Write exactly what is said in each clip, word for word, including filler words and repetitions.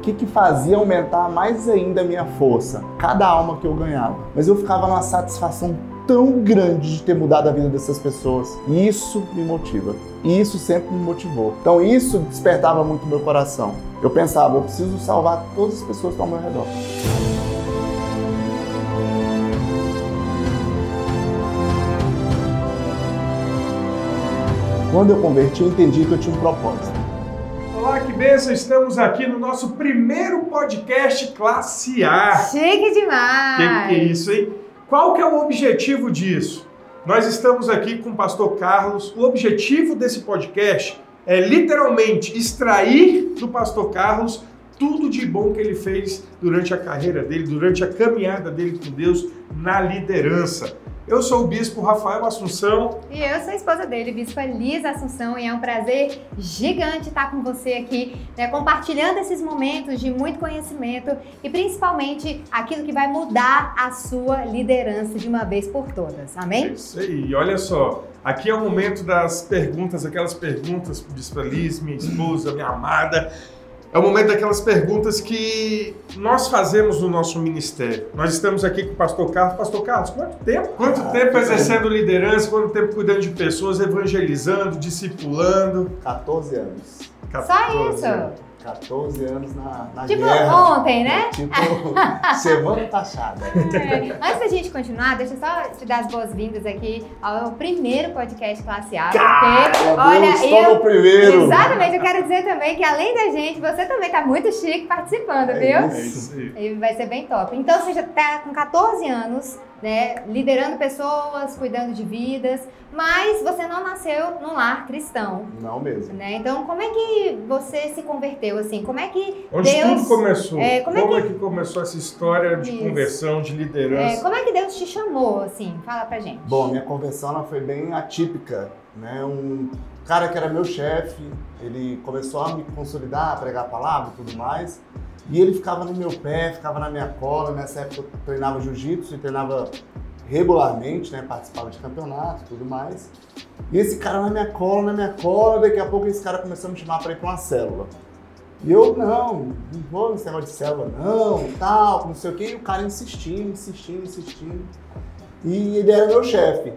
que que fazia aumentar mais ainda a minha força? Cada alma que eu ganhava. Mas eu ficava numa satisfação tão grande de ter mudado a vida dessas pessoas. E isso me motiva. E isso sempre me motivou. Então isso despertava muito meu coração. Eu pensava, eu preciso salvar todas as pessoas que estão ao meu redor. Quando eu converti, eu entendi que eu tinha um propósito. Olá, que bênção! Estamos aqui no nosso primeiro podcast Classe A. Chique demais! Que que é isso, hein? Qual que é o objetivo disso? Nós estamos aqui com o pastor Carlos. O objetivo desse podcast é literalmente extrair do pastor Carlos tudo de bom que ele fez durante a carreira dele, durante a caminhada dele com Deus na liderança. Eu sou o Bispo Rafael Assunção. E eu sou a esposa dele, Bispo Elisa Assunção, e é um prazer gigante estar com você aqui, né, compartilhando esses momentos de muito conhecimento e principalmente aquilo que vai mudar a sua liderança de uma vez por todas. Amém? É isso aí. E olha só, aqui é o momento das perguntas, aquelas perguntas, Bispo Elisa, minha esposa, minha amada. É o momento daquelas perguntas que nós fazemos no nosso ministério. Nós estamos aqui com o pastor Carlos. Pastor Carlos, quanto tempo? Quanto ah, tempo exercendo liderança? Quanto tempo cuidando de pessoas, evangelizando, discipulando? quatorze anos. Só isso? quatorze anos na, na tipo guerra. Tipo ontem, né? Tipo semana passada. É. Antes da gente continuar, deixa eu só te dar as boas-vindas aqui ao primeiro podcast Classe A. Cara, porque, olha, estou eu, no primeiro. Exatamente, eu quero dizer também que além da gente, você também está muito chique participando, é viu? Isso. É isso aí. E vai ser bem top. Então você já está com quatorze anos, né, liderando pessoas, cuidando de vidas, mas você não nasceu num lar cristão. Não mesmo. Né? Então, como é que você se converteu, assim? Como é que Onde Deus... tudo começou? É, como, como é, é, que... que... começou essa história de Isso. conversão, de liderança? É, como é que Deus te chamou, assim? Fala pra gente. Bom, minha conversão ela foi bem atípica, né? Um cara que era meu chefe, ele começou a me consolidar, a pregar a palavra e tudo mais. E ele ficava no meu pé, ficava na minha cola. Nessa época eu treinava jiu-jitsu e treinava regularmente, né? Participava de campeonato e tudo mais. E esse cara na minha cola, na minha cola, daqui a pouco esse cara começou a me chamar para ir para uma célula. E eu, não, não vou nesse negócio de célula não, tal, não sei o quê. E o cara insistindo, insistindo, insistindo. E ele era meu chefe.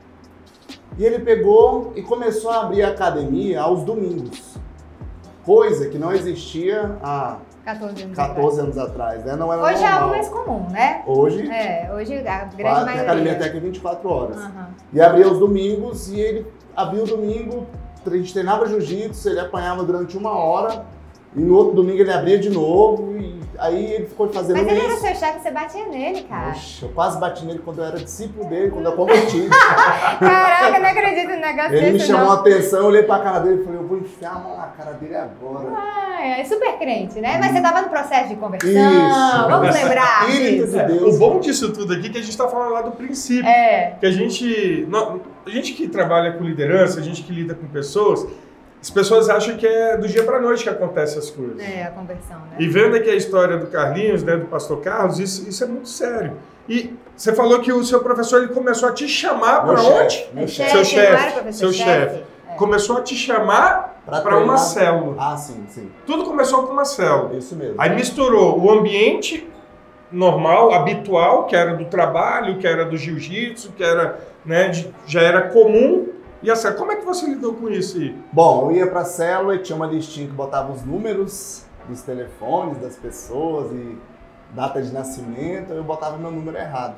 E ele pegou e começou a abrir a academia aos domingos. Coisa que não existia há quatorze anos, quatorze anos atrás, né? Não era hoje normal. é algo mais comum, né? Hoje, é, hoje a grande a, maioria. A academia até que vinte e quatro horas. Uhum. E abria os domingos e ele abria o domingo, a gente treinava jiu-jitsu, ele apanhava durante uma hora e no outro domingo ele abria de novo e aí ele ficou fazendo isso. Mas ele era seu chefe, você batia nele, cara. Oxe, eu quase bati nele quando eu era discípulo dele, quando eu converti. Caraca, eu não acredito no negócio Ele desse, me chamou não. a atenção, eu olhei pra cara dele e falei, eu vou enfiar a mão na cara dele agora. Ah, é super crente, né? Mas você tava no processo de conversão, Isso. vamos lembrar Espírito disso. de Deus. O bom disso tudo aqui é que a gente está falando lá do princípio. É. Que a gente, a gente que trabalha com liderança, a gente que lida com pessoas, as pessoas acham que é do dia para a noite que acontecem as coisas. É, a conversão, né? E vendo aqui a história do Carlinhos, né, do pastor Carlos, isso, isso é muito sério. E você falou que o seu professor ele começou a te chamar para onde? Meu chefe, seu chefe, seu chefe. É. Começou a te chamar para uma célula. Ah, sim, sim. Tudo começou com uma célula. Isso mesmo. Aí misturou o ambiente normal, habitual, que era do trabalho, que era do jiu-jitsu, que era, né, de, já era comum. E a célula, como é que você lidou com isso aí? Bom, eu ia pra célula e tinha uma listinha que botava os números dos telefones das pessoas e data de nascimento, eu botava meu número errado.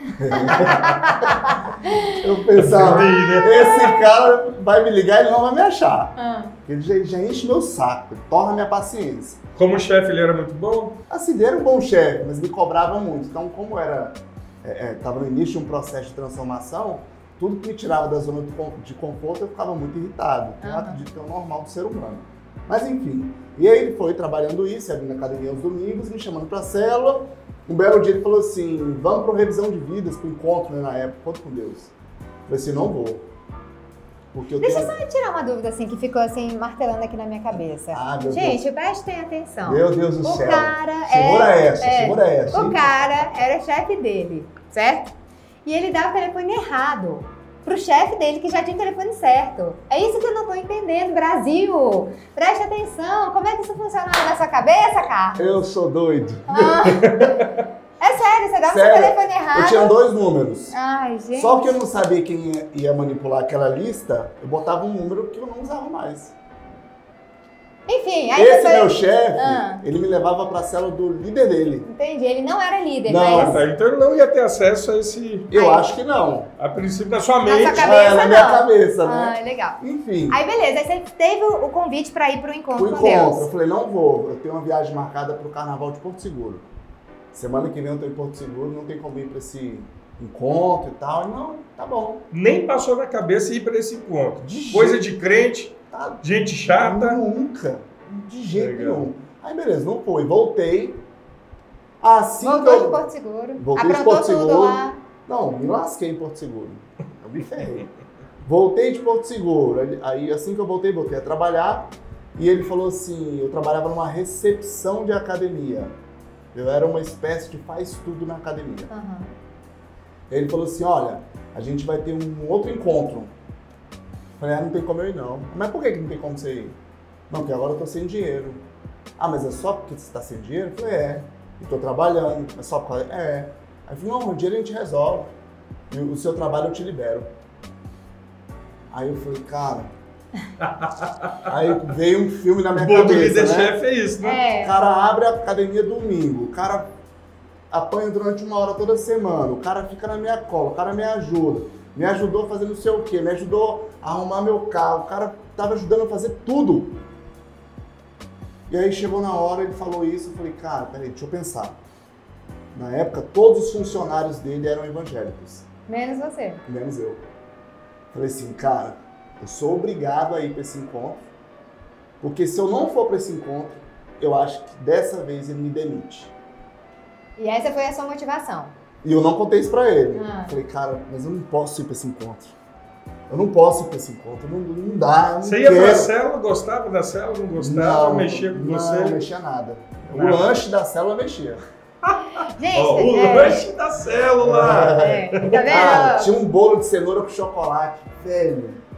Eu pensava, esse cara vai me ligar e ele não vai me achar. Ah. Ele já, já enche meu saco, ele torna minha paciência. Como chefe, ele era muito bom? Assim, ele era um bom chefe, mas me cobrava muito. Então, como era, estava é, no início de um processo de transformação, tudo que me tirava da zona de conforto, eu ficava muito irritado. Que eu acredito que é o normal do ser humano. Mas enfim, e aí ele foi trabalhando isso, abrindo a academia aos domingos, me chamando para a célula. Um belo dia ele falou assim, vamos para revisão de vidas, para o encontro, né, na época, encontro com Deus. Eu falei assim, não vou. Porque eu Deixa tenho... eu só tirar uma dúvida assim, que ficou assim, martelando aqui na minha cabeça. Ah, meu Gente, Deus. prestem atenção. Meu Deus do o céu. Cara segura é, essa, é, segura essa. O cara era chefe dele, certo? E ele dava o telefone errado. pro chefe dele que já tinha o telefone certo. É isso que eu não tô entendendo, Brasil. Preste atenção, como é que isso funcionava na sua cabeça, Carlos? Eu sou doido. Ah. É sério, você dava Sério? seu telefone errado? Eu tinha dois números. Ai, gente. Só que eu não sabia quem ia, ia manipular aquela lista, eu botava um número que eu não usava mais. Enfim, aí Esse depois... meu chefe, Ah. ele me levava pra cela do líder dele. Entendi, ele não era líder, Não, mas... Tá, então ele não ia ter acesso a esse... Eu Aí. acho que não. A princípio, na sua Na mente. sua cabeça, é, na minha não. cabeça, né? Ah, legal. Enfim, Aí beleza, aí você teve o o convite pra ir pro encontro o com encontro. Eu Deus. falei, não vou, eu tenho uma viagem marcada pro Carnaval de Porto Seguro. Semana que vem eu tô em Porto Seguro, não tem como ir pra esse encontro e tal. E não, tá bom. Nem passou na cabeça ir para esse encontro. De Coisa jeito- de crente, Tá gente chata. Nunca. De jeito Legal. nenhum. Aí beleza, não foi. Voltei. Assim que Voltou eu... de Porto Seguro, Voltei de aprontou Porto tudo Seguro. lá. Não, me lasquei em Porto Seguro. Eu me ferrei. Voltei de Porto Seguro. Aí- Aí assim que eu voltei, voltei a trabalhar. E ele falou assim, eu trabalhava numa recepção de academia. Eu era uma espécie de faz-tudo na academia. Aham. Ele falou assim, olha, a gente vai ter um outro encontro. Eu falei, ah, não tem como eu ir não. Mas por que que não tem como você ir? Não, porque agora eu tô sem dinheiro. Ah, mas é só porque você tá sem dinheiro? Eu falei, é. Eu tô trabalhando. É só por causa... É. Aí eu falei, não, o dinheiro a gente resolve. E o seu trabalho eu te libero. Aí eu falei, cara... Aí veio um filme na O minha bom do cabeça, líder né? chefe é isso, né? O É. cara abre a academia domingo, o cara apanha durante uma hora toda semana, o cara fica na minha cola, o cara me ajuda, me ajudou a fazer não sei o quê, me ajudou a arrumar meu carro, o cara tava ajudando a fazer tudo. E aí chegou na hora, ele falou isso, eu falei, cara, peraí, deixa eu pensar. Na época, todos os funcionários dele eram evangélicos, Menos você. menos eu. Falei assim, cara, eu sou obrigado a ir para esse encontro, porque se eu não for para esse encontro, eu acho que dessa vez ele me demite. E essa foi a sua motivação. E eu não contei isso pra ele. Ah. Falei, cara, mas eu não posso ir pra esse encontro. Eu não posso ir pra esse encontro. Não, não dá, não Você ia quero. pra célula, gostava da célula, não gostava, não, mexia com não, você? Não, mexia nada. O Nada. lanche da célula mexia. Gente, Ó, o é, lanche da célula! é, tá vendo? Ah, tinha um bolo de cenoura com chocolate. Velho.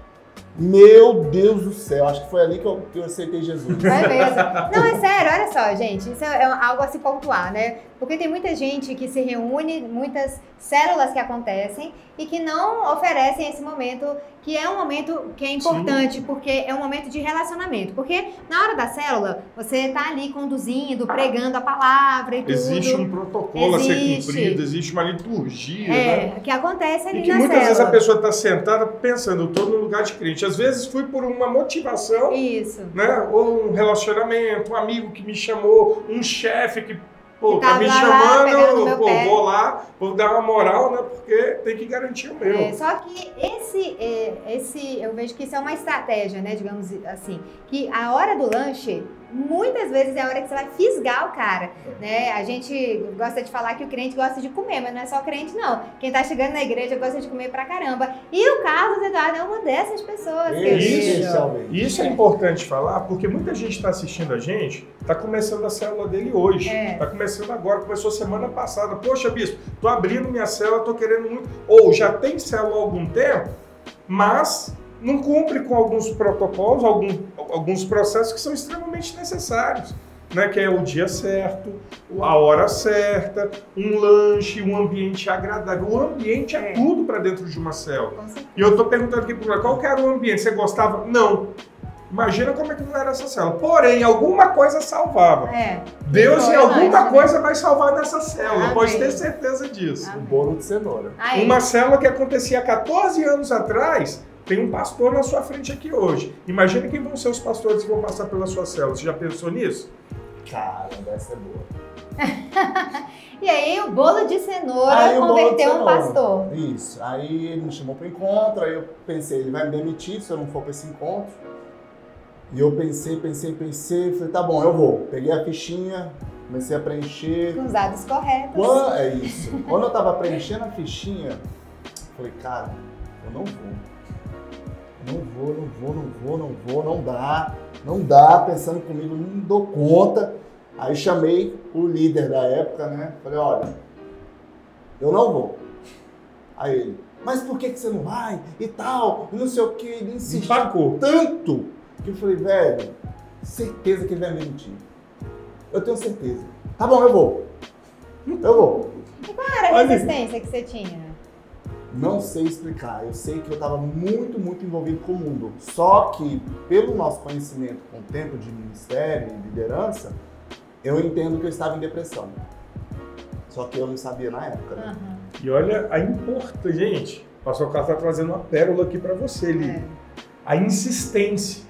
Meu Deus do céu. Acho que foi ali que eu, que eu aceitei Jesus. Vai mesmo. Não, é sério, olha só, gente. Isso é algo a se pontuar, né? Porque tem muita gente que se reúne, muitas células que acontecem e que não oferecem esse momento, que é um momento que é importante, porque é um momento de relacionamento. Porque na hora da célula, você tá ali conduzindo, pregando a palavra e tudo. Existe um protocolo a ser Existe. cumprido, existe uma liturgia, É, né? que acontece ali E que na muitas célula. vezes a pessoa está sentada pensando, eu estou no lugar de crente. Às vezes fui por uma motivação, Isso. né? Ou um relacionamento, um amigo que me chamou, um chefe que, pô, Que tá tava me lá, chamando, pegando no meu pô, pé. vou lá, vou dar uma moral, né? Porque tem que garantir o meu. É, só que esse, é, esse, eu vejo que isso é uma estratégia, né, digamos assim, que a hora do lanche, muitas vezes é a hora que você vai fisgar o cara, né? A gente gosta de falar que o crente gosta de comer, mas não é só crente, não. Quem tá chegando na igreja gosta de comer pra caramba. E o Carlos Eduardo é uma dessas pessoas, querido. Especialmente. E isso é importante falar, porque muita gente está assistindo a gente, está começando a célula dele hoje. É. Está começando agora, começou semana passada. Poxa, bispo, tô abrindo minha célula, tô querendo muito. Ou já tem célula há algum tempo, mas não cumpre com alguns protocolos, algum, alguns processos que são extremamente necessários. Né, que é o dia certo, a hora certa, um lanche, um ambiente agradável. O ambiente é, É. tudo para dentro de uma célula. Com certeza. E eu tô perguntando aqui pro qual que era o ambiente? Você gostava? Não. Imagina como é que não era essa célula. Porém, alguma coisa salvava. É. Deus Foi em alguma lanche, né? coisa vai salvar nessa célula. Amém. Pode ter certeza disso. Um bolo de cenoura. Aí, Uma célula que acontecia há quatorze anos atrás, tem um pastor na sua frente aqui hoje. Imagina quem vão ser os pastores que vão passar pela sua célula. Você já pensou nisso? Cara, essa é boa. e aí o bolo de cenoura Aí o bolo de converteu um cenoura. pastor. Isso. Aí ele me chamou para o encontro, aí eu pensei, ele vai me demitir se eu não for para esse encontro. E eu pensei, pensei, pensei, falei, tá bom, eu vou. Peguei a fichinha, comecei a preencher. Com os dados corretos. Quando, é isso. Quando eu tava preenchendo a fichinha, falei, cara, eu não vou. Não vou, não vou, não vou, não vou, não dá. Não dá, pensando comigo, não dou conta. Aí chamei o líder da época, né? Falei, olha, eu não vou. Aí ele, mas por que, que você não vai? E tal, não sei o que, ele insistiu Empacou. tanto que eu falei, velho, certeza que ele vai me mentir. Eu tenho certeza. Tá bom, eu vou. Eu vou. E qual era a Olha. resistência que você tinha? Não sei explicar. Eu sei que eu estava muito, muito envolvido com o mundo. Só que, pelo nosso conhecimento com o tempo de ministério e liderança, eu entendo que eu estava em depressão. Só que eu não sabia na época, né? Uhum. E olha a importância, gente, o pastor Carlos está trazendo uma pérola aqui para você, Liz. É. A insistência.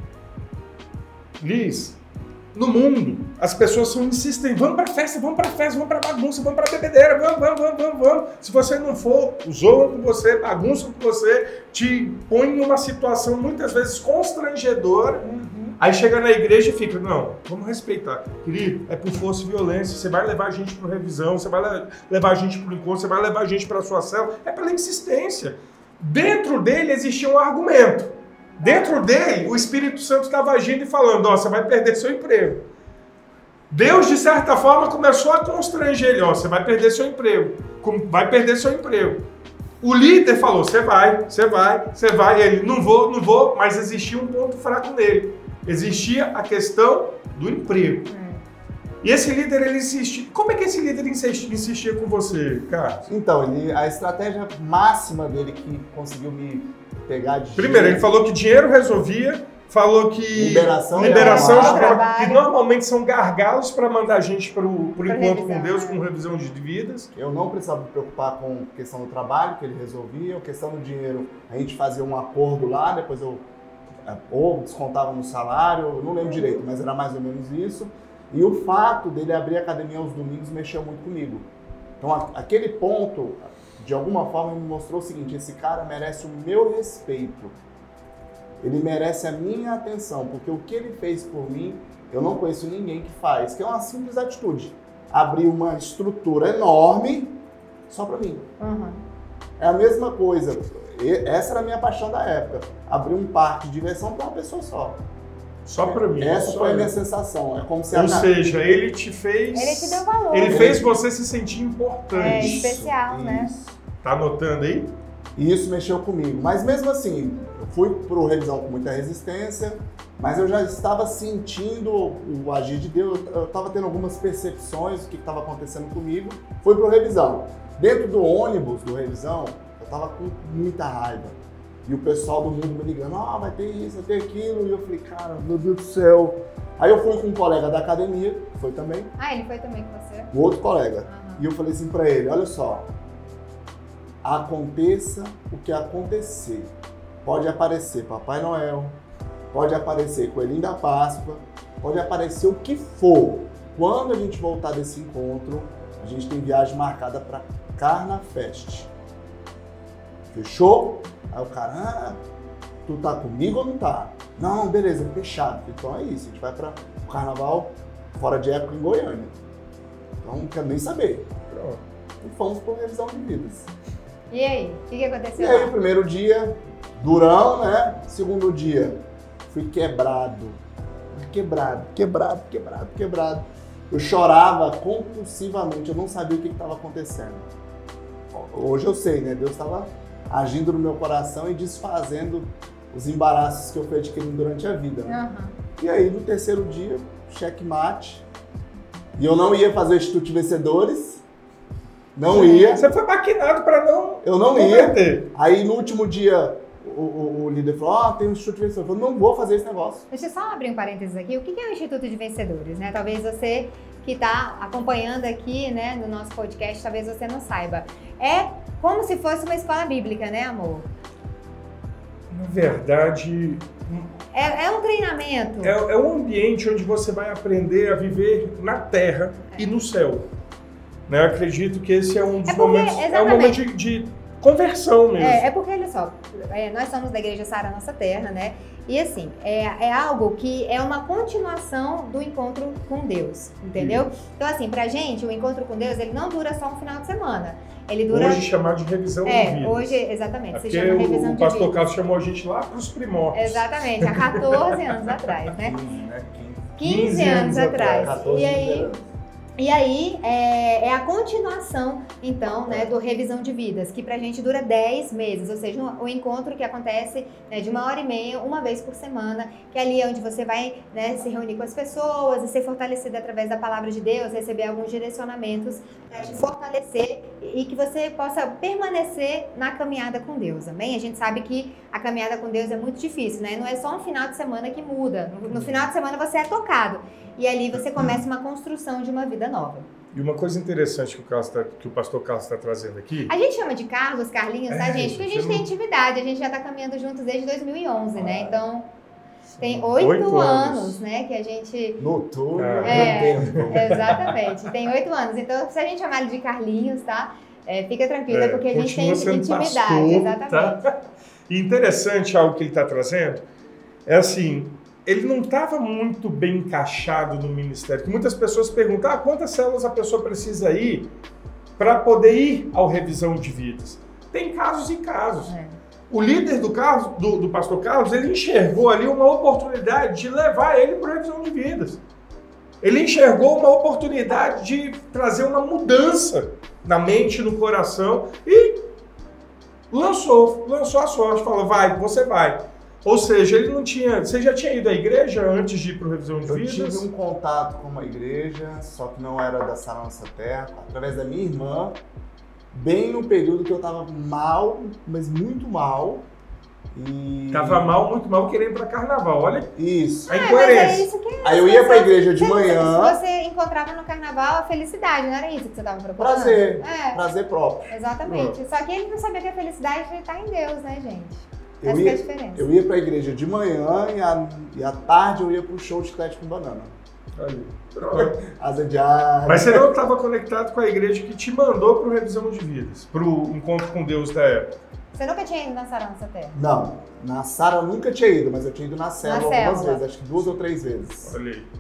Liz, no mundo, as pessoas são insistentes. Vamos pra festa, vamos pra festa, vamos pra bagunça, vamos pra bebedeira, vamos, vamos, vamos, vamos, vamos. Se você não for, zoam com você, bagunçam com você, te põe em uma situação muitas vezes constrangedora. Uhum. Aí chega na igreja e fica, não, vamos respeitar. Querido, é por força e violência, você vai levar a gente para revisão, você vai levar a gente para o encontro, você vai levar a gente para a sua célula. É pela insistência. Dentro dele existia um argumento. Dentro dele, o Espírito Santo estava agindo e falando, ó, você vai perder seu emprego. Deus, de certa forma, começou a constranger ele, ó, você vai perder seu emprego. Vai perder seu emprego. O líder falou, você vai, você vai, você vai. Ele, não vou, não vou, mas existia um ponto fraco nele. Existia a questão do emprego. Hum. E esse líder, ele insistia. Como é que esse líder insistia, insistia com você, Carlos? Então, ele, a estratégia máxima dele que conseguiu me pegar de Primeiro, jeito, ele falou que dinheiro resolvia, falou que liberação, liberação de trabalho, que normalmente são gargalos para mandar a gente para o encontro revisão, com Deus, é. com revisão de vidas. Eu não precisava me preocupar com a questão do trabalho, que ele resolvia, a questão do dinheiro, a gente fazia um acordo lá, depois eu ou descontava no salário, eu não lembro direito, mas era mais ou menos isso. E o fato dele abrir a academia aos domingos mexeu muito comigo. Então, a, aquele ponto, de alguma forma, me mostrou o seguinte, esse cara merece o meu respeito. Ele merece a minha atenção, porque o que ele fez por mim, eu não conheço ninguém que faz, que é uma simples atitude. Abrir uma estrutura enorme só para mim. Uhum. É a mesma coisa. Essa era a minha paixão da época. Abrir um parque de diversão para uma pessoa só. Só para mim. Essa só foi a eu. minha sensação. É como se Ou a... seja, ele te fez... Ele te deu valor. Ele né? fez você se sentir importante. É especial, né? Isso. Tá anotando aí? E isso mexeu comigo. Mas mesmo assim, eu fui pro revisão com muita resistência, mas eu já estava sentindo o agir de Deus, eu estava tendo algumas percepções do que estava acontecendo comigo. Fui pro revisão. Dentro do ônibus do revisão, eu estava com muita raiva. E o pessoal do mundo me ligando, ah, vai ter isso, vai ter aquilo. E eu falei, cara, meu Deus do céu. Aí eu fui com um colega da academia, foi também, Ah, ele foi também com você? um outro colega. Uhum. E eu falei assim pra ele, olha só, aconteça o que acontecer. Pode aparecer Papai Noel, pode aparecer Coelhinho da Páscoa, pode aparecer o que for. Quando a gente voltar desse encontro, a gente tem viagem marcada para Carnafest. Fechou? Aí o cara, ah, tu tá comigo ou não tá? Não, beleza, fechado. Então é isso, a gente vai para o carnaval fora de época em Goiânia. Então não quero nem saber. Pronto. E fomos por revisão de vidas. E aí, o que, que E aconteceu aí, lá? o primeiro dia, durão, né? Segundo dia, fui quebrado. Quebrado, quebrado, quebrado, quebrado. Eu chorava compulsivamente, eu não sabia o que estava acontecendo. Hoje eu sei, né? Deus estava agindo no meu coração e desfazendo os embaraços que eu fui adquirindo durante a vida. Né? Uhum. E aí, no terceiro dia, checkmate. E eu não ia fazer o Instituto de Vencedores. Não ia. Você foi maquinado para não Eu não ia. converter. Aí no último dia, o, o, o líder falou, ah, tem um Instituto de Vencedores. Eu falei, não vou fazer esse negócio. Deixa eu só abrir um parênteses aqui. O que é o Instituto de Vencedores, né? Talvez você que está acompanhando aqui, né, no nosso podcast, talvez você não saiba. É como se fosse uma escola bíblica, né, amor? Na verdade, É, é um treinamento. é, é um ambiente onde você vai aprender a viver na terra e no céu. Né? Eu acredito que esse é um dos É porque, momentos, é um exatamente. momento de, de conversão mesmo. É, é porque, olha só, é, nós somos da Igreja Sara Nossa Terra, né? E assim, é, é algo que é uma continuação do encontro com Deus, entendeu? Então assim, pra gente, o encontro com Deus, ele não dura só um final de semana. Ele dura... Hoje chamado de revisão de É, vida. hoje, exatamente, É se porque chama revisão o de pastor vida. Carlos chamou a gente lá para os primórdios. Exatamente, há quatorze anos atrás, né? quinze, né? quinze anos atrás. quatorze E aí, lideranças. E aí é, é a continuação, então, né, do Revisão de Vidas, que pra gente dura dez meses, ou seja, um, um encontro que acontece, né, de uma hora e meia, uma vez por semana, que ali é onde você vai, né, se reunir com as pessoas e ser fortalecido através da palavra de Deus, receber alguns direcionamentos para te fortalecer e que você possa permanecer na caminhada com Deus, amém? A gente sabe que a caminhada com Deus é muito difícil, né? Não é só um final de semana que muda, no, no final de semana você é tocado. E ali você começa uma construção de uma vida nova. E uma coisa interessante que o, Carlos tá, que o pastor Carlos está trazendo aqui... A gente chama de Carlos, Carlinhos, tá, é, gente? Porque a gente não... tem intimidade, a gente já está caminhando juntos desde dois mil e onze, ah, né? Então, tem oito, oito anos, anos, né, que a gente... Noturno, é, tempo. Exatamente, tem oito anos. Então, se a gente chamar ele de Carlinhos, tá? É, fica tranquila, é, porque a gente tem intimidade, pastor, exatamente. Tá? E interessante algo que ele está trazendo, é assim... Ele não estava muito bem encaixado no ministério. Muitas pessoas perguntam, ah, quantas células a pessoa precisa ir para poder ir ao Revisão de Vidas? Tem casos e casos. É. O líder do, Carlos, do, do pastor Carlos, ele enxergou ali uma oportunidade de levar ele para a Revisão de Vidas. Ele enxergou uma oportunidade de trazer uma mudança na mente, no coração e lançou, lançou a sorte, falou, vai, você vai. Ou seja, ele não tinha... Você já tinha ido à igreja antes de ir para o Revisão de eu Vidas? Eu tive um contato com uma igreja, só que não era da Sara Nossa Terra, através da minha irmã, bem no período que eu estava mal, mas muito mal. E... Tava mal, muito mal, querendo ir para carnaval, olha. Isso. A incoerência. Ah, mas é isso que é. Aí eu ia para a igreja de você, manhã... Você encontrava no carnaval a felicidade, não era isso que você estava procurando? Prazer. É. Prazer próprio. Exatamente. Hum. Só que ele não sabia que a felicidade está em Deus, né, gente? Eu Essa ia, é a diferença. Eu ia pra igreja de manhã e, a, e à tarde eu ia pro show de chiclete com banana. Ali. Asa de ar. Mas você não estava conectado com a igreja que te mandou pro Revisão de Vidas, pro encontro com Deus da época. Você nunca tinha ido na Sara Nossa Terra? Não. Na Sara eu nunca tinha ido, mas eu tinha ido na célula na algumas célula. vezes, acho que duas ou três vezes. Olha aí.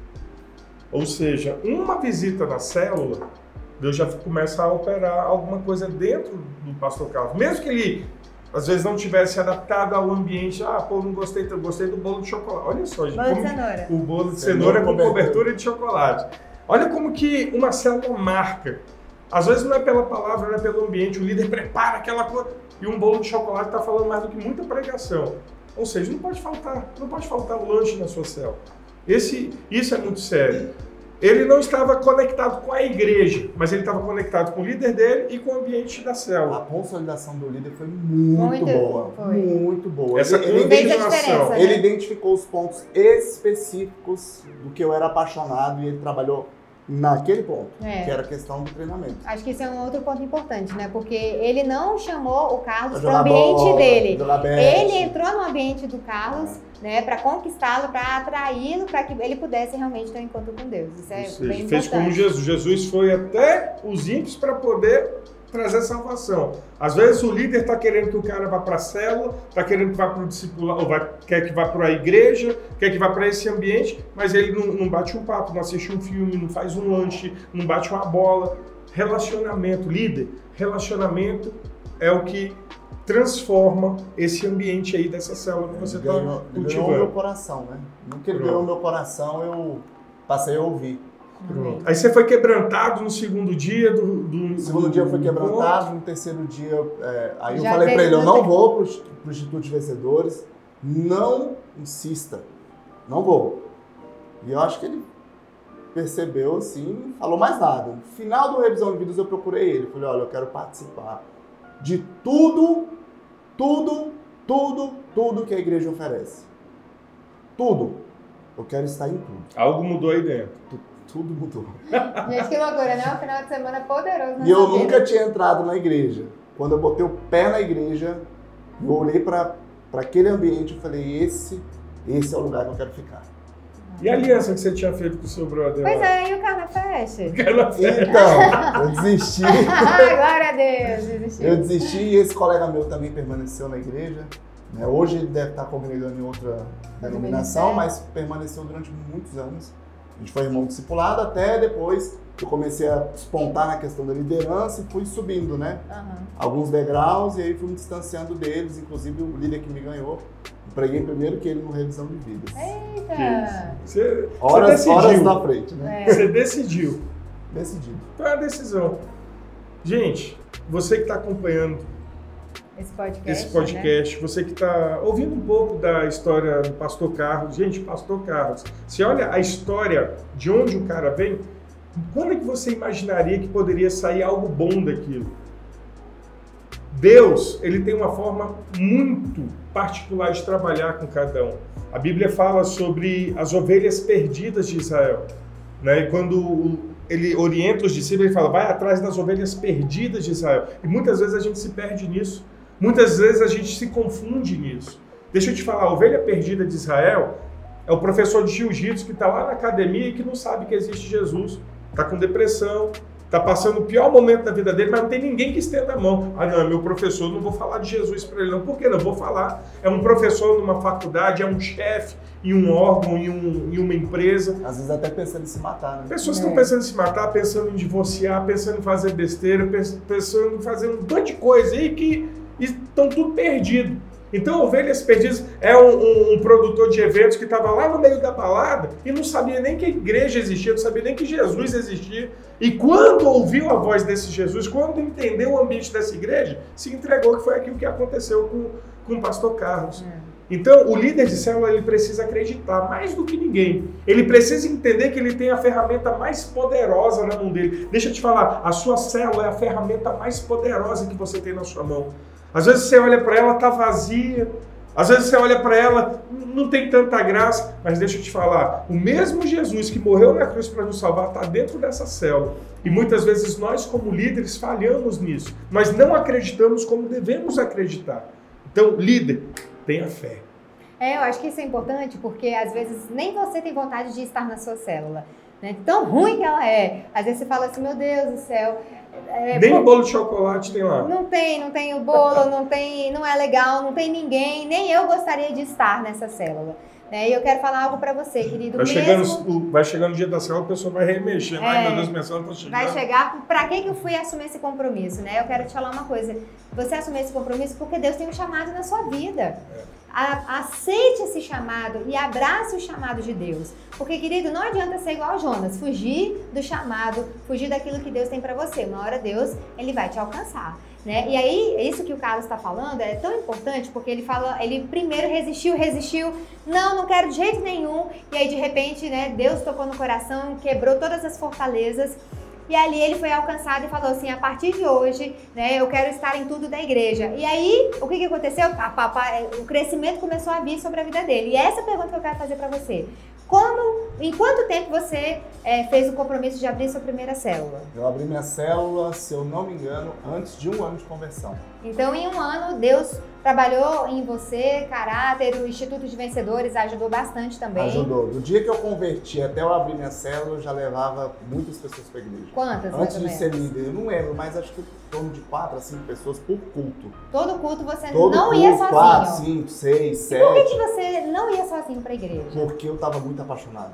Ou seja, uma visita na célula, Deus já começa a operar alguma coisa dentro do pastor Carlos. Mesmo que ele... às vezes não tivesse adaptado ao ambiente, ah, pô, não gostei, eu gostei do bolo de chocolate. Olha só, gente. Bolo de cenoura. O bolo de cenoura, cenoura com cobertura. cobertura de chocolate. Olha como que uma célula marca. Às vezes não é pela palavra, não é pelo ambiente, o líder prepara aquela coisa e um bolo de chocolate está falando mais do que muita pregação. Ou seja, não pode faltar, não pode faltar o lanche na sua célula. Esse, isso é muito sério. Ele não estava conectado com a igreja, mas ele estava conectado com o líder dele e com o ambiente da célula. A consolidação do líder foi muito, muito boa. Foi. Muito boa. Essa ele, fez ele, a diferença, né? ele identificou os pontos específicos do que eu era apaixonado e ele trabalhou naquele ponto, é. que era a questão do treinamento. Acho que isso é um outro ponto importante, né? Porque ele não chamou o Carlos para o Jogar ambiente bola, dele. jogar basquete. Ele entrou no ambiente do Carlos, né, para conquistá-lo, para atraí-lo, para que ele pudesse realmente ter um encontro com Deus. Isso é Ou seja, bem fez importante. como Jesus. Jesus foi até os ímpios para poder trazer salvação. Às vezes o líder está querendo que o cara vá para a célula, está querendo que vá para o discipulado, ou vai, quer que vá para a igreja, quer que vá para esse ambiente, mas ele não, não bate um papo, não assiste um filme, não faz um lanche, não bate uma bola. Relacionamento, líder, relacionamento é o que transforma esse ambiente aí dessa célula que você está cultivando. Ganhou meu coração, né? No que ele ganhou meu coração, eu passei a ouvir. Pronto. Aí você foi quebrantado no segundo dia do... do no segundo do, dia eu fui do quebrantado, no terceiro dia... É, aí Já eu falei veio pra ele, eu do não tempo. vou pro, pro Instituto de Vencedores, não insista, não vou. E eu acho que ele percebeu, assim, não falou mais nada. No final do Revisão de Vidas eu procurei ele, falei, olha, eu quero participar de tudo, tudo, tudo, tudo que a igreja oferece. Tudo. Eu quero estar em tudo. Algo mudou aí dentro. Tudo mudou. Gente, que loucura, né? Um final de semana poderoso na E eu sua vida. nunca tinha entrado na igreja. Quando eu botei o pé na igreja, eu olhei para aquele ambiente e falei, esse, esse é o lugar que eu quero ficar. E a aliança que você tinha feito com o seu brother? Pois lá? é, e o Carnafest? Então, eu desisti. Ai, glória a Deus, desistiu. Eu desisti e esse colega meu também permaneceu na igreja. Né? Hoje ele deve estar congregando em outra denominação, mas permaneceu durante muitos anos. A gente foi irmão discipulado até depois que eu comecei a despontar na questão da liderança e fui subindo, né? Uhum. Alguns degraus e aí fui me distanciando deles, inclusive o líder que me ganhou. Eu preguei primeiro que ele no Revisão de Vidas. Eita! Você, Horas, você decidiu. horas na frente, né? É. Você decidiu. Decidido. Então é uma decisão. Gente, você que está acompanhando esse podcast, esse podcast, né? Você que está ouvindo um pouco da história do pastor Carlos. Gente, pastor Carlos, você olha a história de onde o cara vem, quando é que você imaginaria que poderia sair algo bom daquilo? Deus, ele tem uma forma muito particular de trabalhar com cada um. A Bíblia fala sobre as ovelhas perdidas de Israel, né? E quando ele orienta os discípulos, ele fala, vai atrás das ovelhas perdidas de Israel. E muitas vezes a gente se perde nisso. Muitas vezes a gente se confunde nisso. Deixa eu te falar, a ovelha perdida de Israel é o professor de jiu-jitsu que está lá na academia e que não sabe que existe Jesus. Está com depressão, está passando o pior momento da vida dele, mas não tem ninguém que estenda a mão. Ah, não, é meu professor, não vou falar de Jesus para ele não. Por que não? Vou falar. É um professor numa faculdade, é um chefe em um órgão, em, um, em uma empresa. Às vezes até pensando em se matar, né? Pessoas É. estão pensando em se matar, pensando em divorciar, pensando em fazer besteira, pensando em fazer um monte de coisa aí que estão tudo perdido. Então, Ovelhas Perdidas é um, um, um produtor de eventos que estava lá no meio da balada e não sabia nem que a igreja existia, não sabia nem que Jesus existia. E quando ouviu a voz desse Jesus, quando entendeu o ambiente dessa igreja, se entregou, que foi aquilo que aconteceu com, com o pastor Carlos. É. Então, o líder de célula, ele precisa acreditar mais do que ninguém. Ele precisa entender que ele tem a ferramenta mais poderosa na mão dele. Deixa eu te falar, a sua célula é a ferramenta mais poderosa que você tem na sua mão. Às vezes você olha para ela, está vazia. Às vezes você olha para ela, não tem tanta graça. Mas deixa eu te falar, o mesmo Jesus que morreu na cruz para nos salvar está dentro dessa célula. E muitas vezes nós, como líderes, falhamos nisso. Nós não acreditamos como devemos acreditar. Então, líder, tenha fé. É, eu acho que isso é importante porque às vezes nem você tem vontade de estar na sua célula. Né? Tão ruim que ela é. Às vezes você fala assim, meu Deus do céu. É, nem pô, o bolo de chocolate tem lá. Não tem, não tem o bolo, não tem, não é legal, não tem ninguém, nem eu gostaria de estar nessa célula. Né? E eu quero falar algo para você, querido. Vai, mesmo... chegando, vai chegando o dia da célula, a pessoa vai remexer. É, Ai, meu Deus, minha célula tá chegando. Vai chegar. Para que eu fui assumir esse compromisso? Né? Eu quero te falar uma coisa. Você assumiu esse compromisso porque Deus tem um chamado na sua vida. É. A, aceite esse chamado e abrace o chamado de Deus. Porque, querido, não adianta ser igual a Jonas, fugir do chamado, fugir daquilo que Deus tem para você. Uma hora Deus, ele vai te alcançar. Né? E aí, isso que o Carlos está falando é tão importante porque ele fala, ele primeiro resistiu, resistiu, não, não quero de jeito nenhum. E aí, de repente, né, Deus tocou no coração, quebrou todas as fortalezas. E ali ele foi alcançado e falou assim, a partir de hoje, né, eu quero estar em tudo da igreja. E aí, o que, que aconteceu? A, a, o crescimento começou a vir sobre a vida dele. E essa é a pergunta que eu quero fazer para você. Como, em quanto tempo você é, fez o compromisso de abrir sua primeira célula? Eu abri minha célula, se eu não me engano, antes de um ano de conversão. Então, em um ano, Deus trabalhou em você, caráter, o Instituto de Vencedores ajudou bastante também. Ajudou. Do dia que eu converti até eu abrir minha célula, eu já levava muitas pessoas para a igreja. Quantas, Antes de menos? ser líder, eu não lembro, mas acho que em torno de quatro a cinco pessoas por culto. Todo culto você Todo não culto, ia sozinho? quatro, cinco, seis, sete. E por que, que você não ia sozinho para a igreja? Porque eu estava muito apaixonado.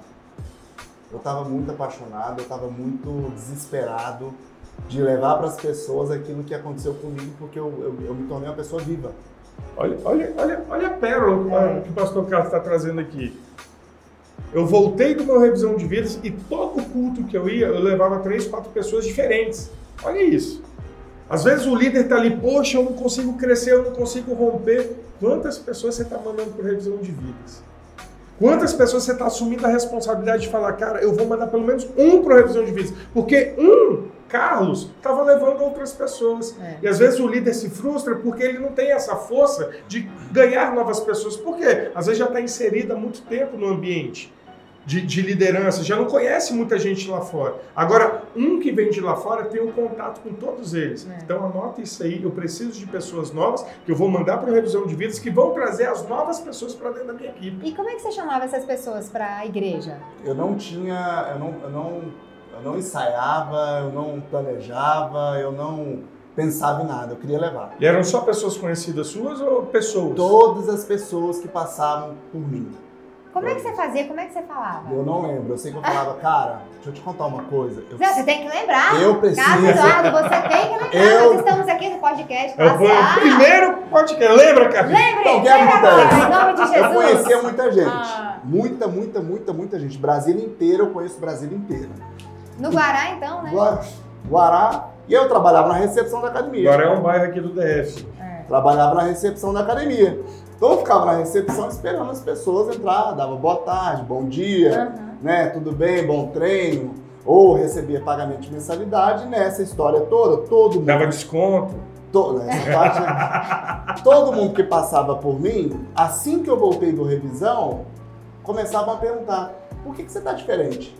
Eu estava muito apaixonado, eu estava muito desesperado de levar para as pessoas aquilo que aconteceu comigo, porque eu, eu, eu me tornei uma pessoa viva. Olha, olha, olha, olha a pérola é. que o pastor Carlos está trazendo aqui. Eu voltei do meu revisão de vidas e todo culto que eu ia, eu levava três, quatro pessoas diferentes. Olha isso. Às vezes o líder está ali, poxa, eu não consigo crescer, eu não consigo romper. Quantas pessoas você está mandando para revisão de vidas? Quantas pessoas você está assumindo a responsabilidade de falar, cara, eu vou mandar pelo menos um para revisão de vidas? Porque um, Carlos, estava levando outras pessoas. É. E às vezes o líder se frustra porque ele não tem essa força de ganhar novas pessoas. Por quê? Às vezes já está inserido há muito tempo no ambiente de, de liderança, já não conhece muita gente lá fora. Agora, um que vem de lá fora tem um contato com todos eles. É. Então anota isso aí, eu preciso de pessoas novas que eu vou mandar para a revisão de vidas que vão trazer as novas pessoas para dentro da minha equipe. E como é que você chamava essas pessoas para a igreja? Eu não tinha, eu não, eu não, eu não ensaiava, eu não planejava, eu não pensava em nada, eu queria levar. E eram só pessoas conhecidas suas ou pessoas? Todas as pessoas que passavam por mim. Como é que você fazia? Como é que você falava? Eu não lembro. Eu sei que eu falava, cara, deixa eu te contar uma coisa. Eu... Não, você tem que lembrar. Eu preciso. Caso Eduardo, você tem que lembrar. Eu... Nós estamos aqui no podcast. Eu fui o primeiro podcast. Lembra, cara? Lembre, então, lembra, em nome de Jesus. Eu conhecia muita gente. Ah. Muita, muita, muita, muita gente. Brasília inteira, eu conheço Brasília inteira. No Guará, então, né? Guará, Guará. E eu trabalhava na recepção da academia. Guará é um bairro aqui do D F. É. Trabalhava na recepção da academia. Então eu ficava na recepção esperando as pessoas entrar, dava boa tarde, bom dia, Uhum. né? Tudo bem, bom treino. Ou recebia pagamento de mensalidade. Nessa história toda, todo mundo... Dava desconto. To, essa parte, todo mundo que passava por mim, assim que eu voltei do revisão, começavam a perguntar, por que, que você tá diferente?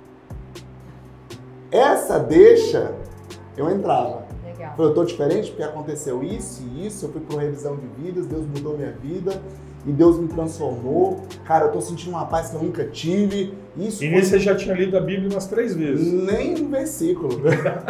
Essa deixa, eu entrava. Legal. Eu tô diferente porque aconteceu isso e isso, eu fui pro revisão de vidas, Deus mudou minha vida e Deus me transformou. Cara, eu tô sentindo uma paz que eu nunca tive. Isso E foi... nisso você já tinha lido a Bíblia umas três vezes. Nem um versículo.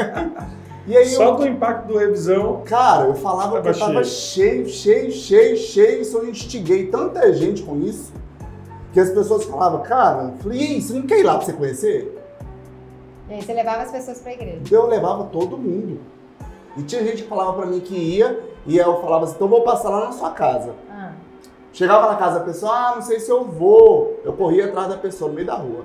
E aí Só eu... do impacto do revisão. Cara, eu falava que eu tava cheio, cheio, cheio, cheio, isso eu instiguei tanta gente com isso, que as pessoas falavam, cara, eu falei, e aí, você não quer ir lá pra você conhecer? E aí você levava as pessoas pra igreja. Eu levava todo mundo. E tinha gente que falava pra mim que ia, e eu falava assim, então eu vou passar lá na sua casa. Ah. Chegava na casa da pessoa, ah, não sei se eu vou. Eu corria atrás da pessoa no meio da rua.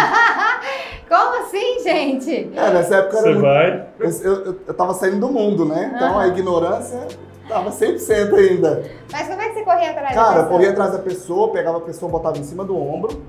Como assim, gente? É, nessa época Você era muito... vai. Eu, eu, eu tava saindo do mundo, né? Então Ah. a ignorância tava cem por cento ainda. Mas como é que você corria atrás da Cara, eu pessoa? corria atrás da pessoa, pegava a pessoa, botava em cima do ombro,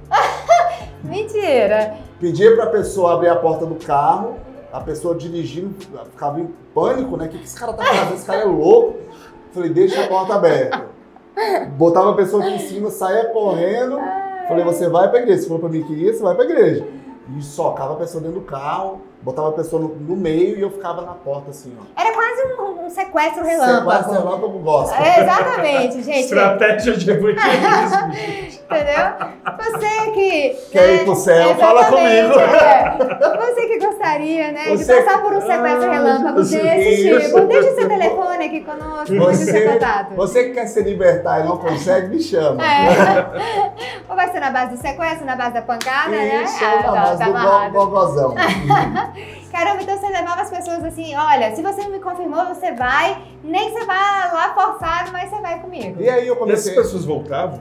Mentira. pedia pra pessoa abrir a porta do carro, a pessoa dirigindo, ficava em pânico, né? O que, que esse cara tá fazendo? Esse cara é louco. Falei, deixa a porta aberta. Botava a pessoa aqui em cima, saía correndo. Falei, você vai pra igreja. Você falou pra mim que ia, você vai pra igreja. E socava a pessoa dentro do carro, botava a pessoa no, no meio e eu ficava na porta assim, ó. Era quase um, um sequestro relâmpago. Sequestro relâmpago gospel. É, exatamente, gente. Estratégia de evangelismo, gente. Entendeu? Você que... Quer ir pro céu, fala exatamente, comigo. é. Você que gostaria, né, Você- de passar por um sequestro Ah, relâmpago isso, desse isso. tipo. Deixe seu telefone aqui conosco, deixe o seu Você, contato. você que quer se libertar e não consegue, me chama. É. Ou vai ser na base do sequestro, na base da pancada, né? Isso, Ah, na tá, base tá do amarrado. go- gogozão. Caramba, então você levava as pessoas assim, olha, se você não me confirmou, você vai, nem que você vá lá forçado, mas você vai comigo. E aí eu E essas comecei... pessoas voltavam?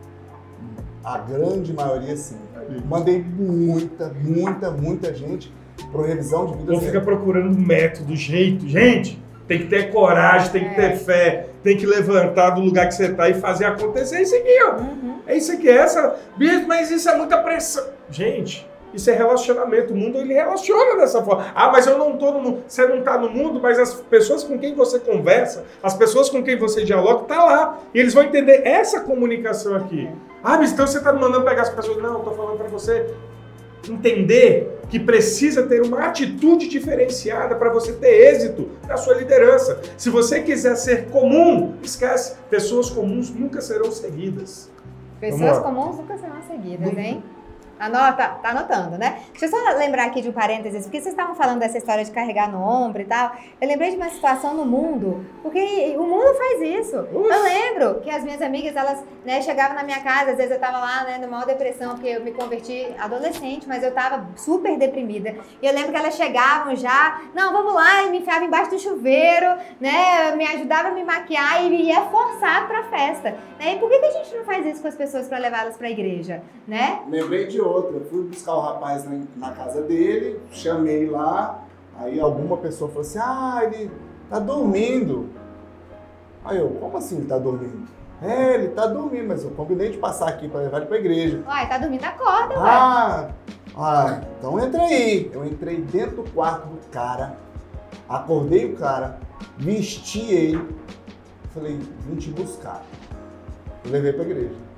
A grande maioria, sim. Mandei muita, muita, muita gente pro revisão de vida. Ou fica procurando método, jeito. Gente, tem que ter coragem, tem que ter É. fé, tem que levantar do lugar que você tá e fazer acontecer. É isso aqui, ó. Uhum. É isso aqui, é essa. Bispo, mas isso é muita pressão. Gente, isso é relacionamento. O mundo, ele relaciona dessa forma. Ah, mas eu não tô no mundo. Você não tá no mundo, mas as pessoas com quem você conversa, as pessoas com quem você dialoga, tá lá. E eles vão entender essa comunicação aqui. Ah, mas então você tá me mandando pegar as pessoas. Não, eu tô falando pra você entender que precisa ter uma atitude diferenciada para você ter êxito na sua liderança. Se você quiser ser comum, esquece. Pessoas comuns nunca serão seguidas. Pessoas Vamos lá. comuns nunca serão seguidas, hein? Anota, tá anotando, né? Deixa eu só lembrar aqui de um parênteses, porque vocês estavam falando dessa história de carregar no ombro e tal. Eu lembrei de uma situação no mundo, porque o mundo faz isso. Uf. Eu lembro que as minhas amigas, elas, né, chegavam na minha casa, às vezes eu tava lá, né, numa depressão, porque eu me converti adolescente, mas eu tava super deprimida. E eu lembro que elas chegavam já, não, vamos lá, e me enfiavam embaixo do chuveiro, né, me ajudava a me maquiar e ia forçar pra festa. Né? E por que, que a gente não faz isso com as pessoas pra levá-las pra igreja, né? Lembrei de outra. Fui buscar o rapaz na, na casa dele, chamei lá, aí alguma pessoa falou assim, ah, ele tá dormindo. Aí eu, como assim ele tá dormindo? É, ele tá dormindo, mas eu combinei de passar aqui pra levar ele pra igreja. Uai, tá dormindo, acorda, ué. Ah, ah, então entra aí. Eu entrei dentro do quarto do cara, acordei o cara, vesti ele, falei, vim te buscar. Eu levei pra igreja.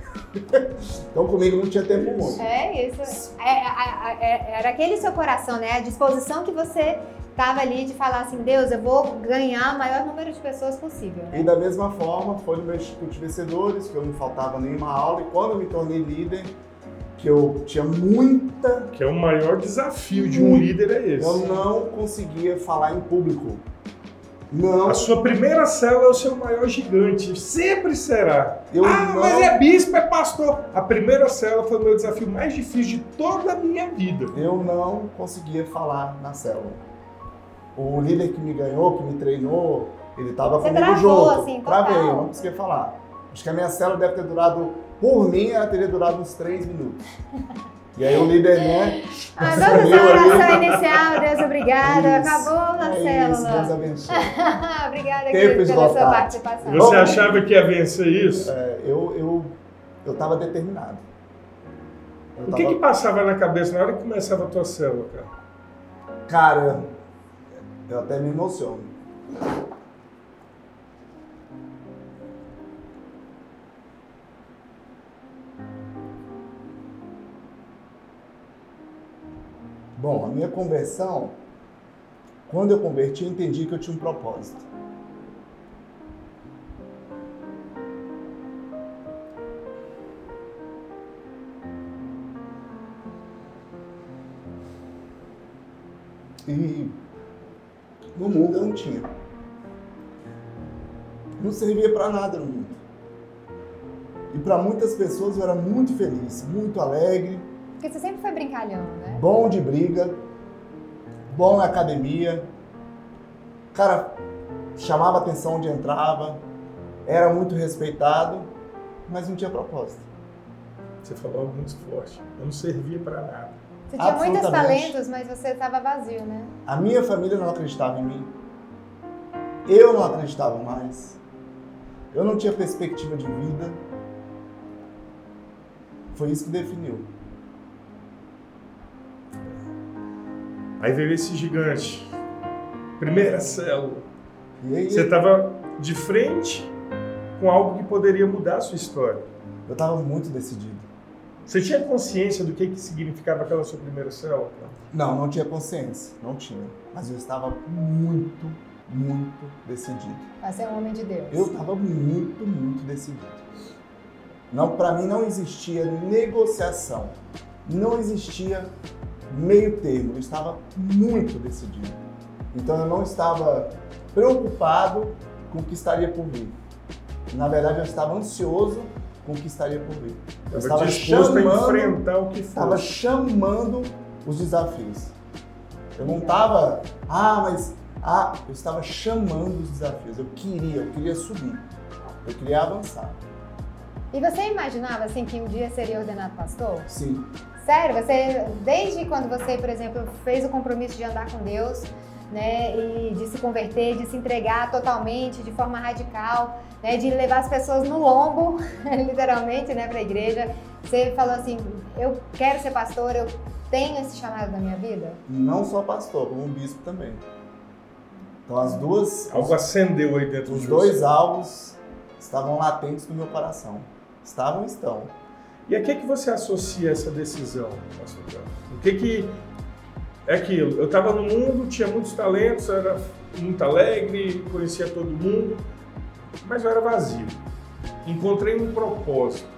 Então comigo não tinha tempo muito. É isso. É, é, é, era aquele seu coração, né? A disposição que você tava ali de falar assim, Deus, eu vou ganhar o maior número de pessoas possível, né? E da mesma forma, foi no meu Instituto de Vencedores, que eu não faltava nenhuma aula, e quando eu me tornei líder, que eu tinha muita... Que é o maior desafio de um líder é esse. Eu não conseguia falar em público. Não. A sua primeira célula é o seu maior gigante. Sempre será. Eu ah, não- mas é bispo, é pastor. A primeira célula foi o meu desafio mais difícil de toda a minha vida. Eu não conseguia falar na célula. O líder que me ganhou, que me treinou, ele estava Você comigo travou, junto. assim, total. Travei, eu não conseguia falar. Acho que a minha célula deve ter durado, por mim, ela teria durado uns três minutos. E aí o líder, né? Ah, vamos à oração inicial. Deus, obrigada. Isso, Acabou a é célula. Isso, Deus abençoe. Obrigada, Tempo querido, pela sua esgotado. participação. Você achava que ia vencer isso? É, eu, eu, eu tava determinado. Eu O que tava- que passava na cabeça na hora que começava a tua célula, cara? Cara, eu até me emociono. Bom, a minha conversão, quando eu converti, eu entendi que eu tinha um propósito. E no mundo eu não tinha. Não servia para nada no mundo. E para muitas pessoas eu era muito feliz, muito alegre, Porque você sempre foi brincalhão, né? bom de briga, bom na academia. Cara, chamava atenção onde entrava, era muito respeitado, mas não tinha propósito. Você falou algo muito forte. Eu não servia pra nada. Você tinha muitos Absolutamente. talentos, mas você estava vazio, né? A minha família não acreditava em mim. Eu não acreditava mais. Eu não tinha perspectiva de vida. Foi isso que definiu. Aí veio esse gigante. Primeira célula. E aí Você estava de frente com algo que poderia mudar a sua história. eu estava muito decidido. Você tinha consciência do que, que significava aquela sua primeira célula? cara? Não, não tinha consciência, não tinha. Mas eu estava muito, muito decidido. Pra ser um homem de Deus. Eu estava muito, muito decidido. Não, para mim não existia negociação, não existia meio termo. Eu estava muito decidido. Então eu não estava preocupado com o que estaria por vir. Na verdade, eu estava ansioso com o que estaria por vir. Eu Estava disposto a enfrentar o que estava fosse. chamando os desafios. Eu não estava, ah, mas, ah, eu estava chamando os desafios. Eu queria, eu queria subir. Eu queria avançar. E você imaginava, assim, que um dia seria ordenado pastor? Sim. Sério, você, desde quando você, por exemplo, fez o compromisso de andar com Deus, né, e de se converter, de se entregar totalmente, de forma radical, né, de levar as pessoas no lombo, literalmente, né, para a igreja, você falou assim, eu quero ser pastor, eu tenho esse chamado na minha vida? Não só pastor, como um bispo também. Então as duas, Algo acendeu aí dentro os de dois você. alvos estavam latentes no meu coração. Estavam e estão. E a que que você associa essa decisão, pastor Carlos? O que que é aquilo? Eu estava no mundo, tinha muitos talentos, era muito alegre, conhecia todo mundo, mas eu era vazio. Encontrei um propósito.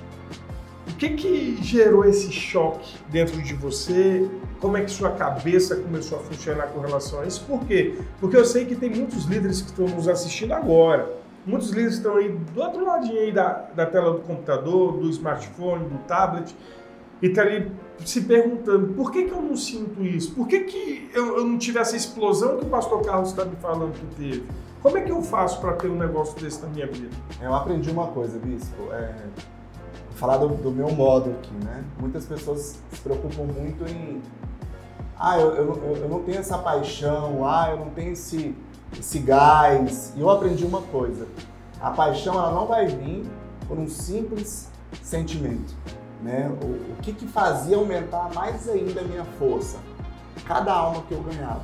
O que que gerou esse choque dentro de você? Como é que sua cabeça começou a funcionar com relação a isso? Por quê? Porque eu sei que tem muitos líderes que estão nos assistindo agora. Muitos líderes estão aí do outro ladinho aí da, da tela do computador, do smartphone, do tablet, e tá ali se perguntando, por que que eu não sinto isso? Por que que eu, eu não tive essa explosão que o pastor Carlos está me falando que teve? Como é que eu faço para ter um negócio desse na minha vida? Eu aprendi uma coisa, bispo. É, vou falar do, do meu modo aqui, né? Muitas pessoas se preocupam muito em... Ah, eu, eu, eu, eu não tenho essa paixão, ah, eu não tenho esse... esse gás. E eu aprendi uma coisa, a paixão ela não vai vir por um simples sentimento, né? O, o que que fazia aumentar mais ainda a minha força? Cada alma que eu ganhava.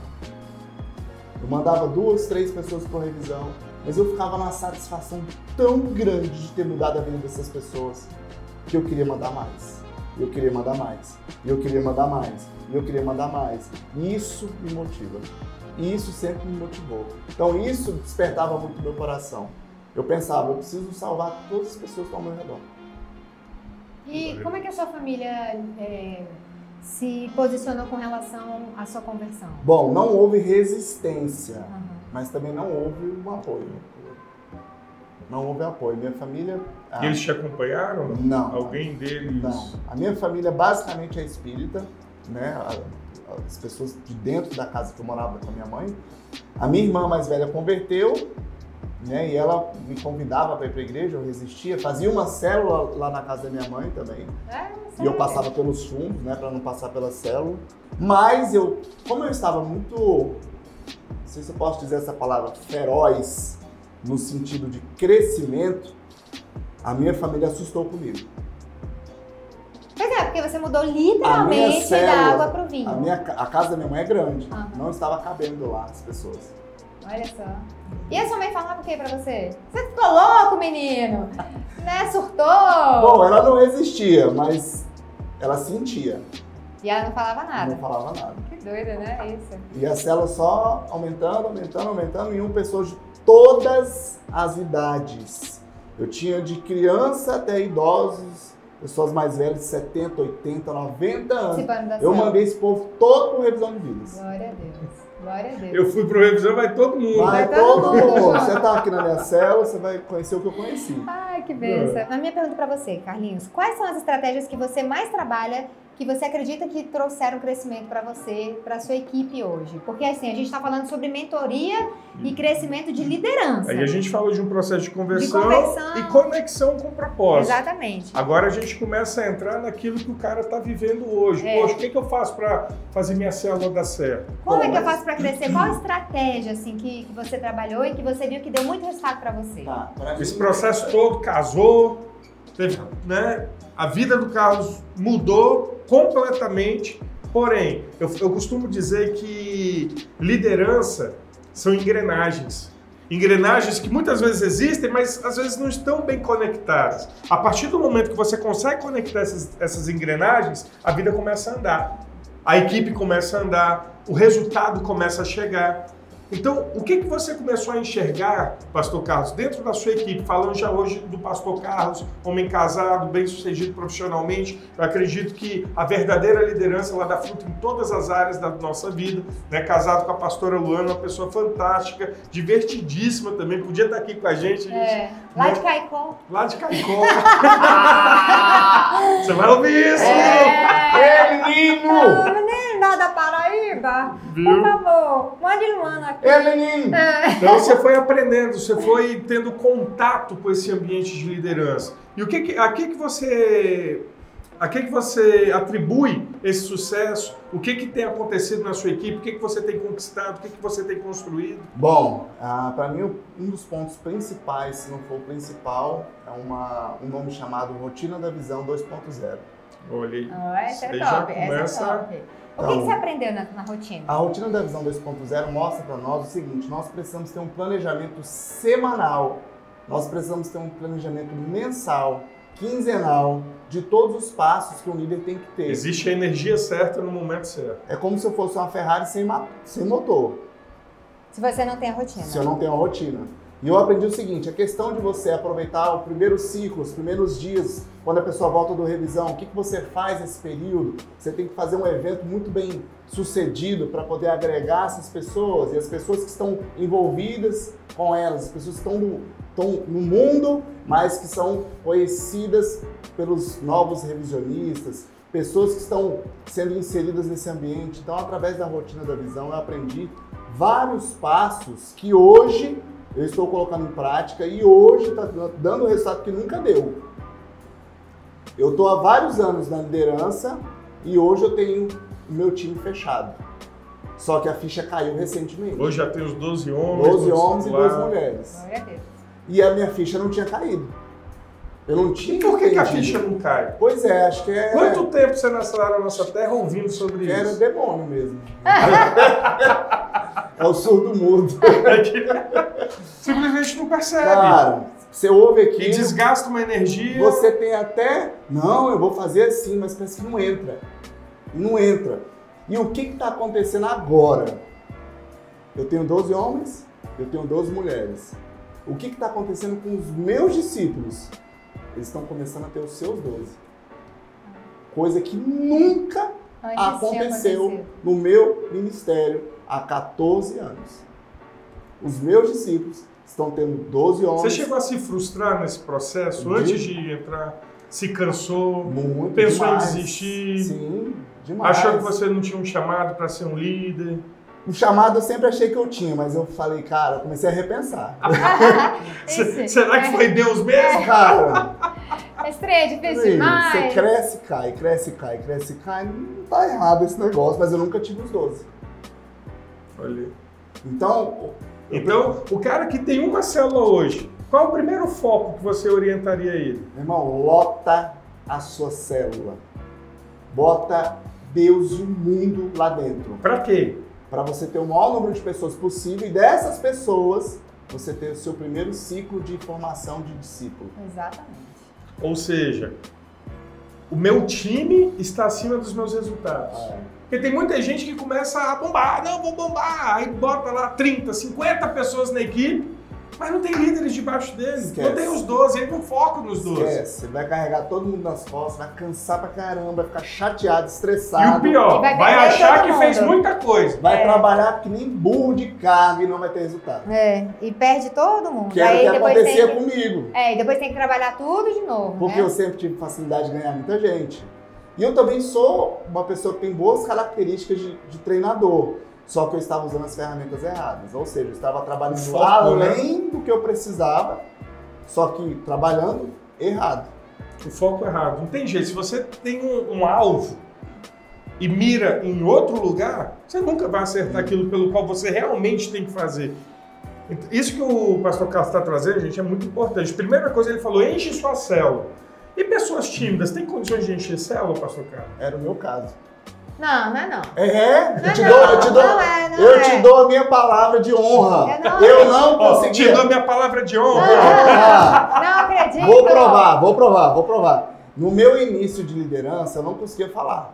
Eu mandava duas, três pessoas para revisão, mas eu ficava numa satisfação tão grande de ter mudado a vida dessas pessoas que eu queria mandar mais. E eu queria mandar mais. E eu queria mandar mais. E eu queria mandar mais. E isso me motiva. E isso sempre me motivou. Então isso despertava muito meu coração. Eu pensava, eu preciso salvar todas as pessoas que estão ao meu redor. E como é que a sua família é, se posicionou com relação à sua conversão? Bom, não houve resistência, Uhum. mas também não houve um apoio. Não houve apoio. Minha família... ah, Eles te acompanharam? Não. Alguém deles? Não. A minha família basicamente é espírita, né? As pessoas de dentro da casa que eu morava com a minha mãe. A minha irmã mais velha converteu né? E ela me convidava para ir para a igreja, eu resistia, fazia uma célula lá na casa da minha mãe também. É, e eu passava pelos fundos, né, para não passar pela célula. Mas eu, como eu estava muito, não sei se eu posso dizer essa palavra, feroz, no sentido de crescimento, a minha família assustou comigo. Pois é, porque você mudou A minha literalmente célula, da água pro vinho. A, minha, a casa da minha mãe é grande, Uhum. não estava cabendo lá as pessoas. Olha só. E a sua mãe falava o que pra você? Você ficou louco, menino? Né? Surtou? Bom, ela não resistia, mas ela sentia. E ela não falava nada. Não falava nada. Que doida, né? Isso. E a célula só aumentando, aumentando, aumentando, e um pessoas de todas as idades. Eu tinha de criança até idosos, pessoas mais velhas de setenta, oitenta, noventa anos. Participando da Eu célula. mandei esse povo todo para revisão de vidas. Glória a Deus. Glória a Deus. Eu fui pro revisão, vai todo mundo. Vai, Vai todo todo mundo. mundo. Você tá aqui na minha célula, você vai conhecer o que eu conheci. Ai, que benção. A minha pergunta pra você, Carlinhos, quais são as estratégias que você mais trabalha, que você acredita que trouxeram crescimento pra você, pra sua equipe hoje? Porque assim, a gente tá falando sobre mentoria e crescimento de liderança. Aí a gente falou de um processo de conversão, De conversão. e conexão com o propósito. Exatamente. Agora a gente começa a entrar naquilo que o cara está vivendo hoje. É. Poxa, o que, que eu faço para fazer minha célula dar certo? Como Bom, é que eu mas- faço pra crescer? Qual a estratégia assim que, que você trabalhou e que você viu que deu muito resultado pra você? Tá, pra Esse mim- processo todo, casou, teve, né? A vida do Carlos mudou completamente. Porém, eu, eu costumo dizer que liderança são engrenagens. Engrenagens que muitas vezes existem, mas às vezes não estão bem conectadas. A partir do momento que você consegue conectar essas, essas engrenagens, a vida começa a andar. A equipe começa a andar, o resultado começa a chegar. Então, o que, que você começou a enxergar, Pastor Carlos, dentro da sua equipe? Falando já hoje do Pastor Carlos, homem casado, bem-sucedido profissionalmente, eu acredito que a verdadeira liderança ela dá fruto em todas as áreas da nossa vida. Né? Casado com a pastora Luana, uma pessoa fantástica, divertidíssima também, podia estar aqui com a gente. A gente É, lá de Caicó. Lá de Caicó. Você vai ouvir isso! É, menino! Ah, menino lá da Paraíba, Viu? por favor, mande Luana aqui. É, menino! Então você foi aprendendo, você foi tendo contato com esse ambiente de liderança. E o que, que a que que você a que que você atribui esse sucesso? O que que tem acontecido na sua equipe? O que que você tem conquistado? O que que você tem construído? Bom, ah, para mim um dos pontos principais, se não for o principal, é uma, um nome chamado Rotina da Visão dois ponto zero. Olha aí. Oh, essa é Aí já top, começa- essa é top. O que, Então, que você aprendeu na, na rotina? A Rotina da Visão dois ponto zero mostra para nós o seguinte: nós precisamos ter um planejamento semanal, nós precisamos ter um planejamento mensal, quinzenal, de todos os passos que um líder tem que ter. Existe a energia certa no momento certo. É como se eu fosse uma Ferrari sem, ma- sem motor, Se você não tem a rotina. se eu não tenho uma rotina. E eu aprendi o seguinte: a questão de você aproveitar o primeiro ciclo, os primeiros dias, quando a pessoa volta do revisão, o que, que você faz nesse período? Você tem que fazer um evento muito bem sucedido para poder agregar essas pessoas e as pessoas que estão envolvidas com elas, as pessoas que estão no, estão no mundo, mas que são conhecidas pelos novos revisionistas, pessoas que estão sendo inseridas nesse ambiente. Então, através da Rotina da Visão, eu aprendi vários passos que hoje eu estou colocando em prática e hoje está dando o resultado que nunca deu. Eu estou há vários anos na liderança e hoje eu tenho o meu time fechado. Só que a ficha caiu recentemente. Hoje já tem os doze homens. doze homens e lá. duas mulheres. Glória a Deus. E a minha ficha não tinha caído. Eu não tinha E por que, que a entendido. ficha não cai? Pois é, acho que é... Quanto tempo você nasceu na nossa terra ouvindo sobre Era o isso? demônio mesmo. É o surdo mudo. Simplesmente não percebe. Cara, você ouve E aqui, desgasta uma energia. você tem até... Não, eu vou fazer assim, mas parece que não entra. Não entra. E o que está acontecendo agora? Eu tenho doze homens, eu tenho doze mulheres. O que está acontecendo com os meus discípulos? Eles estão começando a ter os seus doze. Coisa que nunca Antes tinha aconteceu acontecido. no meu ministério há quatorze anos. Os meus discípulos estão tendo doze homens. Você chegou a se frustrar nesse processo Muito. antes de entrar? Se cansou? Muito Pensou em demais. desistir? Sim, demais. Achou que você não tinha um chamado para ser um líder? O chamado eu sempre achei que eu tinha, mas eu falei, cara, eu comecei a repensar. C- será que foi Deus mesmo? Cara, Estreia é difícil você demais. cresce, cai, cresce, cai, cresce, cai. Não tá errado esse negócio, mas eu nunca tive os doze. Olha. Então, Então, o cara que tem uma célula hoje, qual é o primeiro foco que você orientaria ele? meu irmão, lota a sua célula. Bota Deus e o mundo lá dentro. Para quê? Para você ter o maior número de pessoas possível e dessas pessoas, você ter o seu primeiro ciclo de formação de discípulo. Exatamente. Ou seja, o meu time está acima dos meus resultados. É. Porque tem muita gente que começa a bombar, não, vou bombar, aí bota lá trinta, cinquenta pessoas na equipe, mas não tem líderes debaixo dele, Esquece. não tem os doze, ele não foca nos doze. Esquece, você vai carregar todo mundo nas costas, vai cansar pra caramba, vai ficar chateado, E estressado. o pior, E vai vai perder achar todo que mundo. fez muita coisa. Vai É. trabalhar que nem burro de carga e não vai ter resultado. É, e perde todo mundo. Que era o Aí que depois acontecia tem que, comigo. é, e depois tem que trabalhar tudo de novo, Porque né? eu sempre tive facilidade de ganhar muita gente. E eu também sou uma pessoa que tem boas características de, de treinador. Só que eu estava usando as ferramentas erradas. Ou seja, eu estava trabalhando Foco, além do que eu precisava, só que trabalhando errado. O foco é errado. Não tem jeito. Se você tem um, um alvo e mira em outro lugar, você nunca vai acertar aquilo pelo qual você realmente tem que fazer. Isso que o pastor Carlos está trazendo, gente, é muito importante. Primeira coisa, ele falou, enche sua célula. E pessoas tímidas, tem condições de encher célula, pastor Carlos? Era o meu caso. Não, não é não. É, Não eu é te não, dou, eu te dou, não é, não eu é. te dou a minha palavra de honra. Eu não- Eu não Ó, te conseguia. dou minha palavra de honra. Ah, Não acredito. vou provar, vou provar, vou provar. No meu início de liderança, eu não conseguia falar.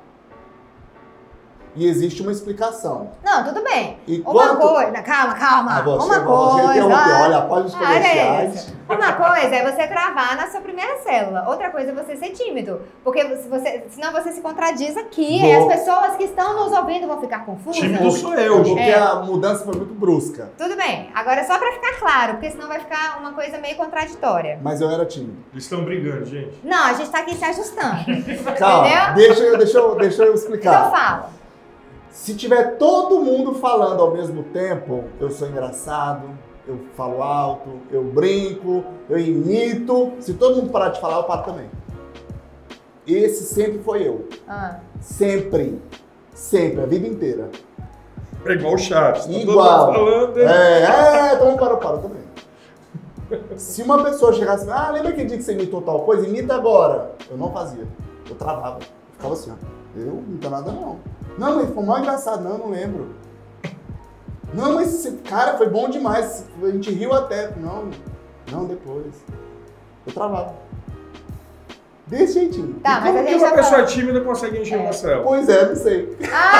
E existe uma explicação. Não, tudo bem. E Uma quanto... coisa, calma, calma. Ah, você, uma você coisa. interrompeu. Olha, após os Olha comerciais. isso. Uma coisa é você travar na sua primeira célula. Outra coisa é você ser tímido. Porque se você, senão você se contradiz aqui. Vou- E as pessoas que estão nos ouvindo vão ficar confusas. Tímido sou eu. Porque É. a mudança foi muito brusca. Tudo bem. Agora só pra ficar claro, porque senão vai ficar uma coisa meio contraditória. Mas eu era tímido. Eles estão brigando, gente. Não, a gente tá aqui se ajustando. Calma, Entendeu? deixa eu, deixa, eu, deixa eu Então explicar. fala. Se tiver todo mundo falando ao mesmo tempo, eu sou engraçado, eu falo alto, eu brinco, eu imito. Se todo mundo parar de falar, eu paro também. Esse sempre foi eu. Ah. Sempre. Sempre, a vida inteira. É igual o Chaves. Tá todo Igual. mundo falando. É, é, todo mundo parou, parou também. Se uma pessoa chegasse, ah, lembra aquele dia que você imitou tal coisa? Imita agora. Eu não fazia. Eu travava. Eu ficava assim, ó. Eu não imito nada, não. Não, mas foi mal engraçado. Não, não lembro. Não, mas esse cara foi bom demais. A gente riu até. Não, não, depois. Eu travava. Desse jeitinho. Tá, E mas como a que gente uma já pessoa falou. tímida consegue encher uma célula? Pois é, não sei.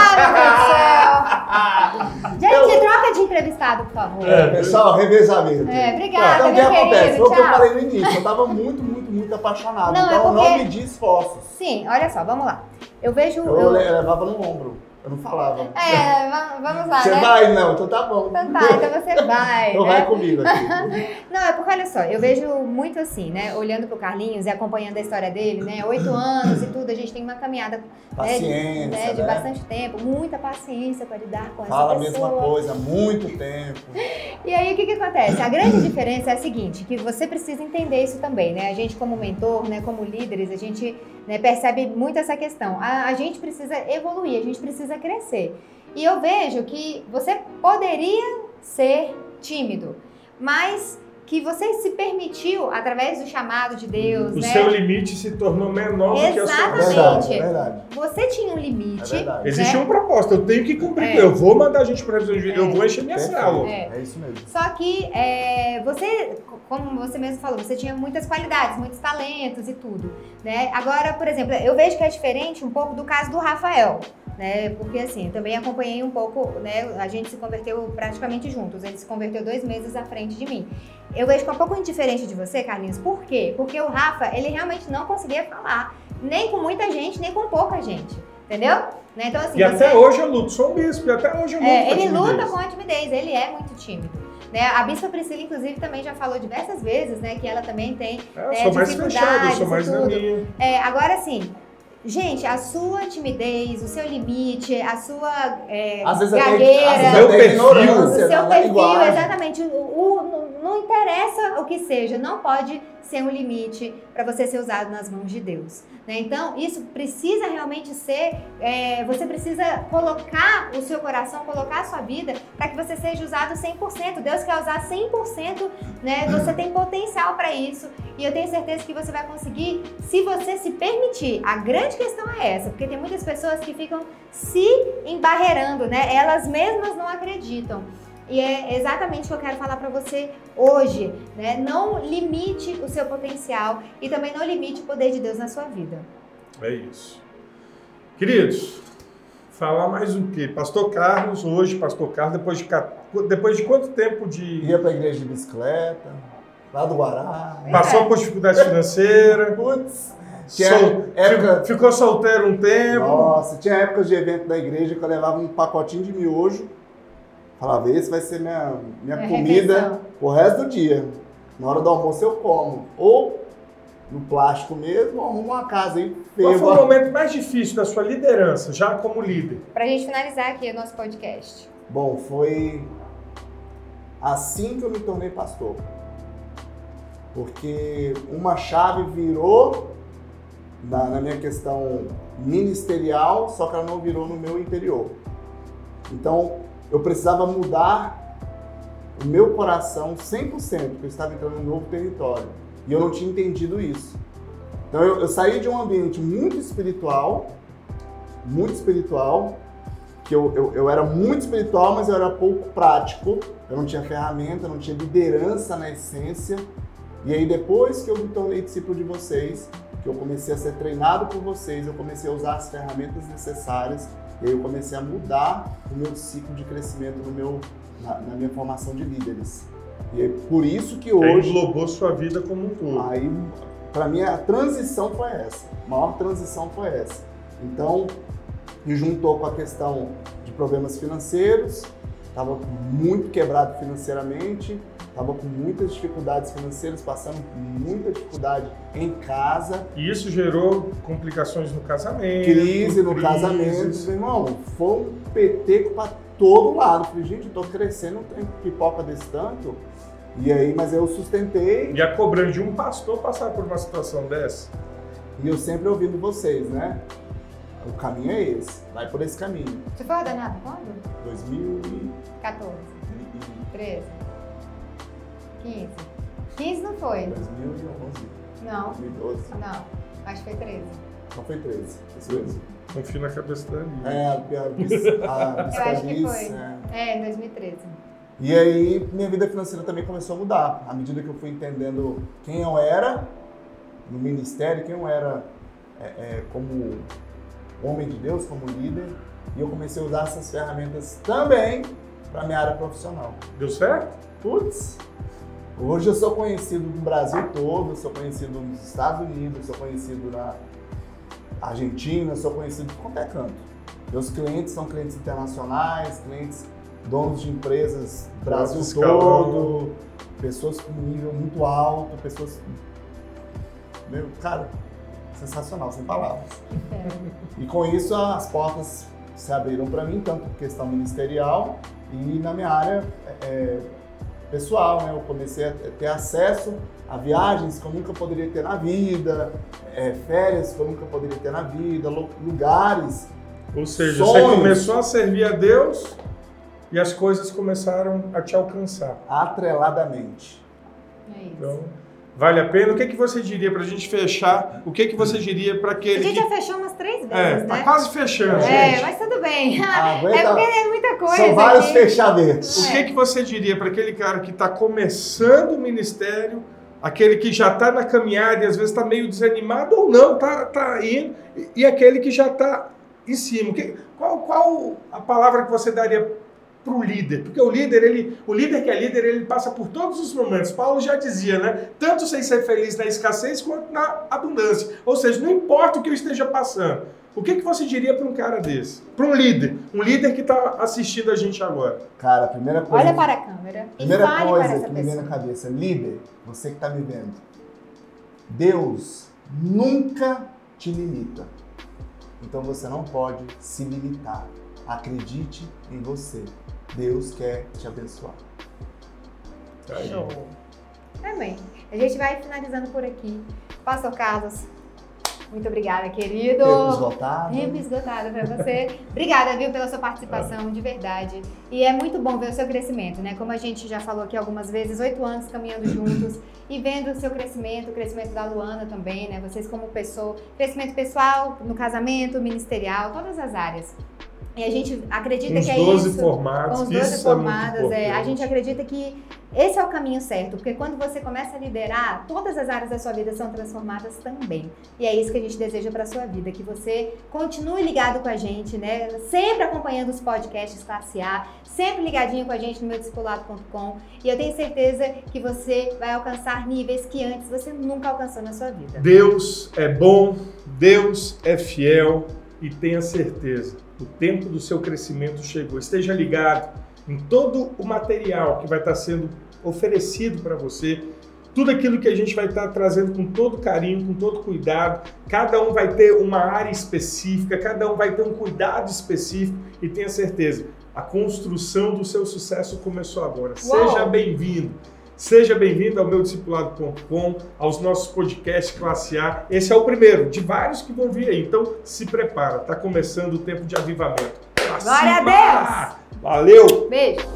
Ah, meu Deus do céu. Gente, troca de entrevistado, por favor. É. Pessoal, revezamento. É, obrigada, Então, o que meu acontece? querido. Foi o que eu Tchau. falei no início. Eu tava muito, muito, muito apaixonado. Não, é então, eu porque- não medi esforços. Sim, olha só, vamos lá. Eu vejo. Eu, eu- le- levava no ombro. Eu não falava. É, va- vamos lá, Você né? vai? Não, então tá bom. Então tá, então você vai. Então né? vai comigo aqui. Não, é porque olha só, eu vejo muito assim, né? Olhando pro Carlinhos e acompanhando a história dele, né? Oito anos e tudo, a gente tem uma caminhada né, de, Paciência, né, de né? bastante tempo, muita paciência para lidar com Fala a essa mesma pessoa. coisa há muito tempo. E aí, o que que acontece? A grande diferença é a seguinte, que você precisa entender isso também, né? A gente como mentor, né, como líderes, a gente né, percebe muito essa questão. A, a gente precisa evoluir, a gente precisa crescer. E eu vejo que você poderia ser tímido, mas que você se permitiu, através do chamado de Deus, O né? seu limite se tornou menor do que a sua Exatamente. missão. Verdade, verdade. Você tinha um É limite. verdade. Existe né? um propósito, eu tenho que cumprir. É. Eu vou mandar a gente para revisão de vida, É. eu vou encher minha Perfeito. célula. É. É isso mesmo. Só que é, você, como você mesmo falou, você tinha muitas qualidades, muitos talentos e tudo, né? Agora, por exemplo, eu vejo que é diferente um pouco do caso do Rafael, né? Porque assim, eu também acompanhei um pouco, né? A gente se converteu praticamente juntos, ele se converteu dois meses à frente de mim. Eu vejo que é um pouco diferente de você, Carlinhos. Por quê? Porque o Rafa, ele realmente não conseguia falar, nem com muita gente, nem com pouca gente, entendeu? Né? Então assim, E você... até hoje eu luto, sou um bispo, e até hoje eu luto É, com a ele luta timidez. com a timidez, ele é muito tímido. Né? A Bispa Priscila, inclusive, também já falou diversas vezes, né, que ela também tem É, eu né, sou mais fechado, eu sou dificuldades mais e na tudo. minha. É, agora, assim, gente, a sua timidez, o seu limite, a sua é, Às vezes gagueira, até, às Meu vezes até perfil. ignorância, o seu na perfil, linguagem. exatamente. O, o, não interessa o que seja, não pode ser um limite para você ser usado nas mãos de Deus. Né? Então, isso precisa realmente ser, é, você precisa colocar o seu coração, colocar a sua vida para que você seja usado cem por cento. Deus quer usar cem por cento, né? Você tem potencial para isso e eu tenho certeza que você vai conseguir se você se permitir. A grande questão é essa, porque tem muitas pessoas que ficam se embarreirando, né? Elas mesmas não acreditam. E é exatamente o que eu quero falar para você hoje, né? Não limite o seu potencial e também não limite o poder de Deus na sua vida. É isso. Queridos, falar mais um quê? Pastor Carlos, hoje, Pastor Carlos, depois de, depois de quanto tempo de... Ia pra igreja de bicicleta, lá do Guará. Passou por dificuldade financeira. Putz, tinha Sol... época... Ficou solteiro um tempo. Nossa, tinha épocas de evento da igreja que eu levava um pacotinho de miojo. Falava, esse vai ser minha, minha É comida refeição. o resto do dia. Na hora do almoço eu como. Ou no plástico mesmo, ou arrumo uma casa aí. Qual foi o fervo. momento mais difícil da sua liderança, já como líder? Pra gente finalizar aqui o nosso podcast. Bom, foi assim que eu me tornei pastor. Porque uma chave virou na, na minha questão ministerial, só que ela não virou no meu interior. Então, eu precisava mudar o meu coração cem por cento, porque eu estava entrando em um novo território. E eu não tinha entendido isso. Então, eu, eu saí de um ambiente muito espiritual, muito espiritual, que eu, eu, eu era muito espiritual, mas eu era pouco prático. Eu não tinha ferramenta, não tinha liderança na essência. E aí, depois que eu me tornei discípulo de vocês, que eu comecei a ser treinado por vocês, eu comecei a usar as ferramentas necessárias, e aí eu comecei a mudar o meu ciclo de crescimento no meu, na, na minha formação de líderes. E é por isso que Aí hoje... englobou sua vida como um todo. Aí, para mim, a transição foi essa. A maior transição foi essa. Então, me juntou com a questão de problemas financeiros, estava muito quebrado financeiramente, estava com muitas dificuldades financeiras, passando muita dificuldade em casa. E isso gerou complicações no casamento. Crise no crises. casamento. Meu irmão, foi um peteco para todo lado. Falei, gente, eu tô crescendo, não tem pipoca desse tanto. E aí, mas eu sustentei. E a cobrança de um pastor passar por uma situação dessa. E eu sempre ouvindo vocês, né? O caminho é esse, vai por esse caminho. Você foi ordenado quando? dois mil e... quatorze, treze, quinze. quinze não foi? dois mil e onze, Não, dois mil e doze. não. Acho que foi treze. Não foi treze, isso mesmo. Confio na cabeça da Lívia. É, a, a, a, a Eu acho que Bisca foi. Bis, é. É, em dois mil e treze. E aí, minha vida financeira também começou a mudar. À medida que eu fui entendendo quem eu era no ministério, quem eu era é, é, como homem de Deus, como líder, e eu comecei a usar essas ferramentas também para minha área profissional. Deu certo? Putz, hoje eu sou conhecido no Brasil todo, eu sou conhecido nos Estados Unidos, eu sou conhecido na Argentina, eu sou conhecido por qualquer canto. Meus clientes são clientes internacionais, clientes donos de empresas do Brasil todo, pessoas com nível muito alto, pessoas... Meu, cara, sensacional, sem palavras. E com isso as portas se abriram para mim, tanto por questão ministerial e na minha área é, pessoal, né? Eu comecei a ter acesso a viagens que eu nunca poderia ter na vida, é, férias que eu nunca poderia ter na vida, lugares. Ou seja, sonhos. Você começou a servir a Deus e as coisas começaram a te alcançar. Atreladamente. É isso. Então, vale a pena? O que, que você diria para a gente fechar? O que, que você diria para A aquele gente que... já fechou umas três vezes, É, né? tá quase fechando, É, gente. mas tudo bem. Aguenta- É porque é muita coisa. São vários aqui. fechamentos. O que, que você diria para aquele cara que está começando o ministério, aquele que já está na caminhada e às vezes está meio desanimado ou não, está tá indo, e, e aquele que já está em cima? Que, qual, qual a palavra que você daria para o líder? Porque o líder, ele, o líder que é líder, ele passa por todos os momentos. Paulo já dizia, né? Tanto sem ser feliz na escassez quanto na abundância. Ou seja, não importa o que eu esteja passando. O que, que você diria para um cara desse? Para um líder. Um líder que está assistindo a gente agora. Cara, a primeira coisa... Olha para a câmera e Primeira fale para coisa essa que me vem pessoa. na cabeça, líder, você que está me vendo, Deus nunca te limita. Então você não pode se limitar. Acredite em você. Deus quer te abençoar. Show. Amém. A gente vai finalizando por aqui. Pastor Carlos, muito obrigada, querido. Tempo esgotado. Tempo esgotado para você. Obrigada, viu, pela sua participação, de verdade. E é muito bom ver o seu crescimento, né? Como a gente já falou aqui algumas vezes, oito anos caminhando juntos e vendo o seu crescimento, o crescimento da Luana também, né? Vocês como pessoa, crescimento pessoal, no casamento, ministerial, todas as áreas. E a gente acredita Uns que é doze isso. formados, Com os doze isso é muito formados, é, a importante. gente acredita que esse é o caminho certo, porque quando você começa a liderar, todas as áreas da sua vida são transformadas também. E é isso que a gente deseja para a sua vida, que você continue ligado com a gente, né? Sempre acompanhando os podcasts Classe A, sempre ligadinho com a gente no meu discipulado ponto com. E eu tenho certeza que você vai alcançar níveis que antes você nunca alcançou na sua vida. Deus é bom, Deus é fiel e tenha certeza, o tempo do seu crescimento chegou. Esteja ligado em todo o material que vai estar sendo oferecido para você, tudo aquilo que a gente vai estar trazendo com todo carinho, com todo cuidado. Cada um vai ter uma área específica, cada um vai ter um cuidado específico e tenha certeza, a construção do seu sucesso começou agora. Uau. Seja bem-vindo. Seja bem-vindo ao meu discipulado ponto com, aos nossos podcasts Classe A. Esse é o primeiro de vários que vão vir aí, então se prepara, está começando o tempo de avivamento. Pra Glória cima! a Deus! Valeu! Beijo!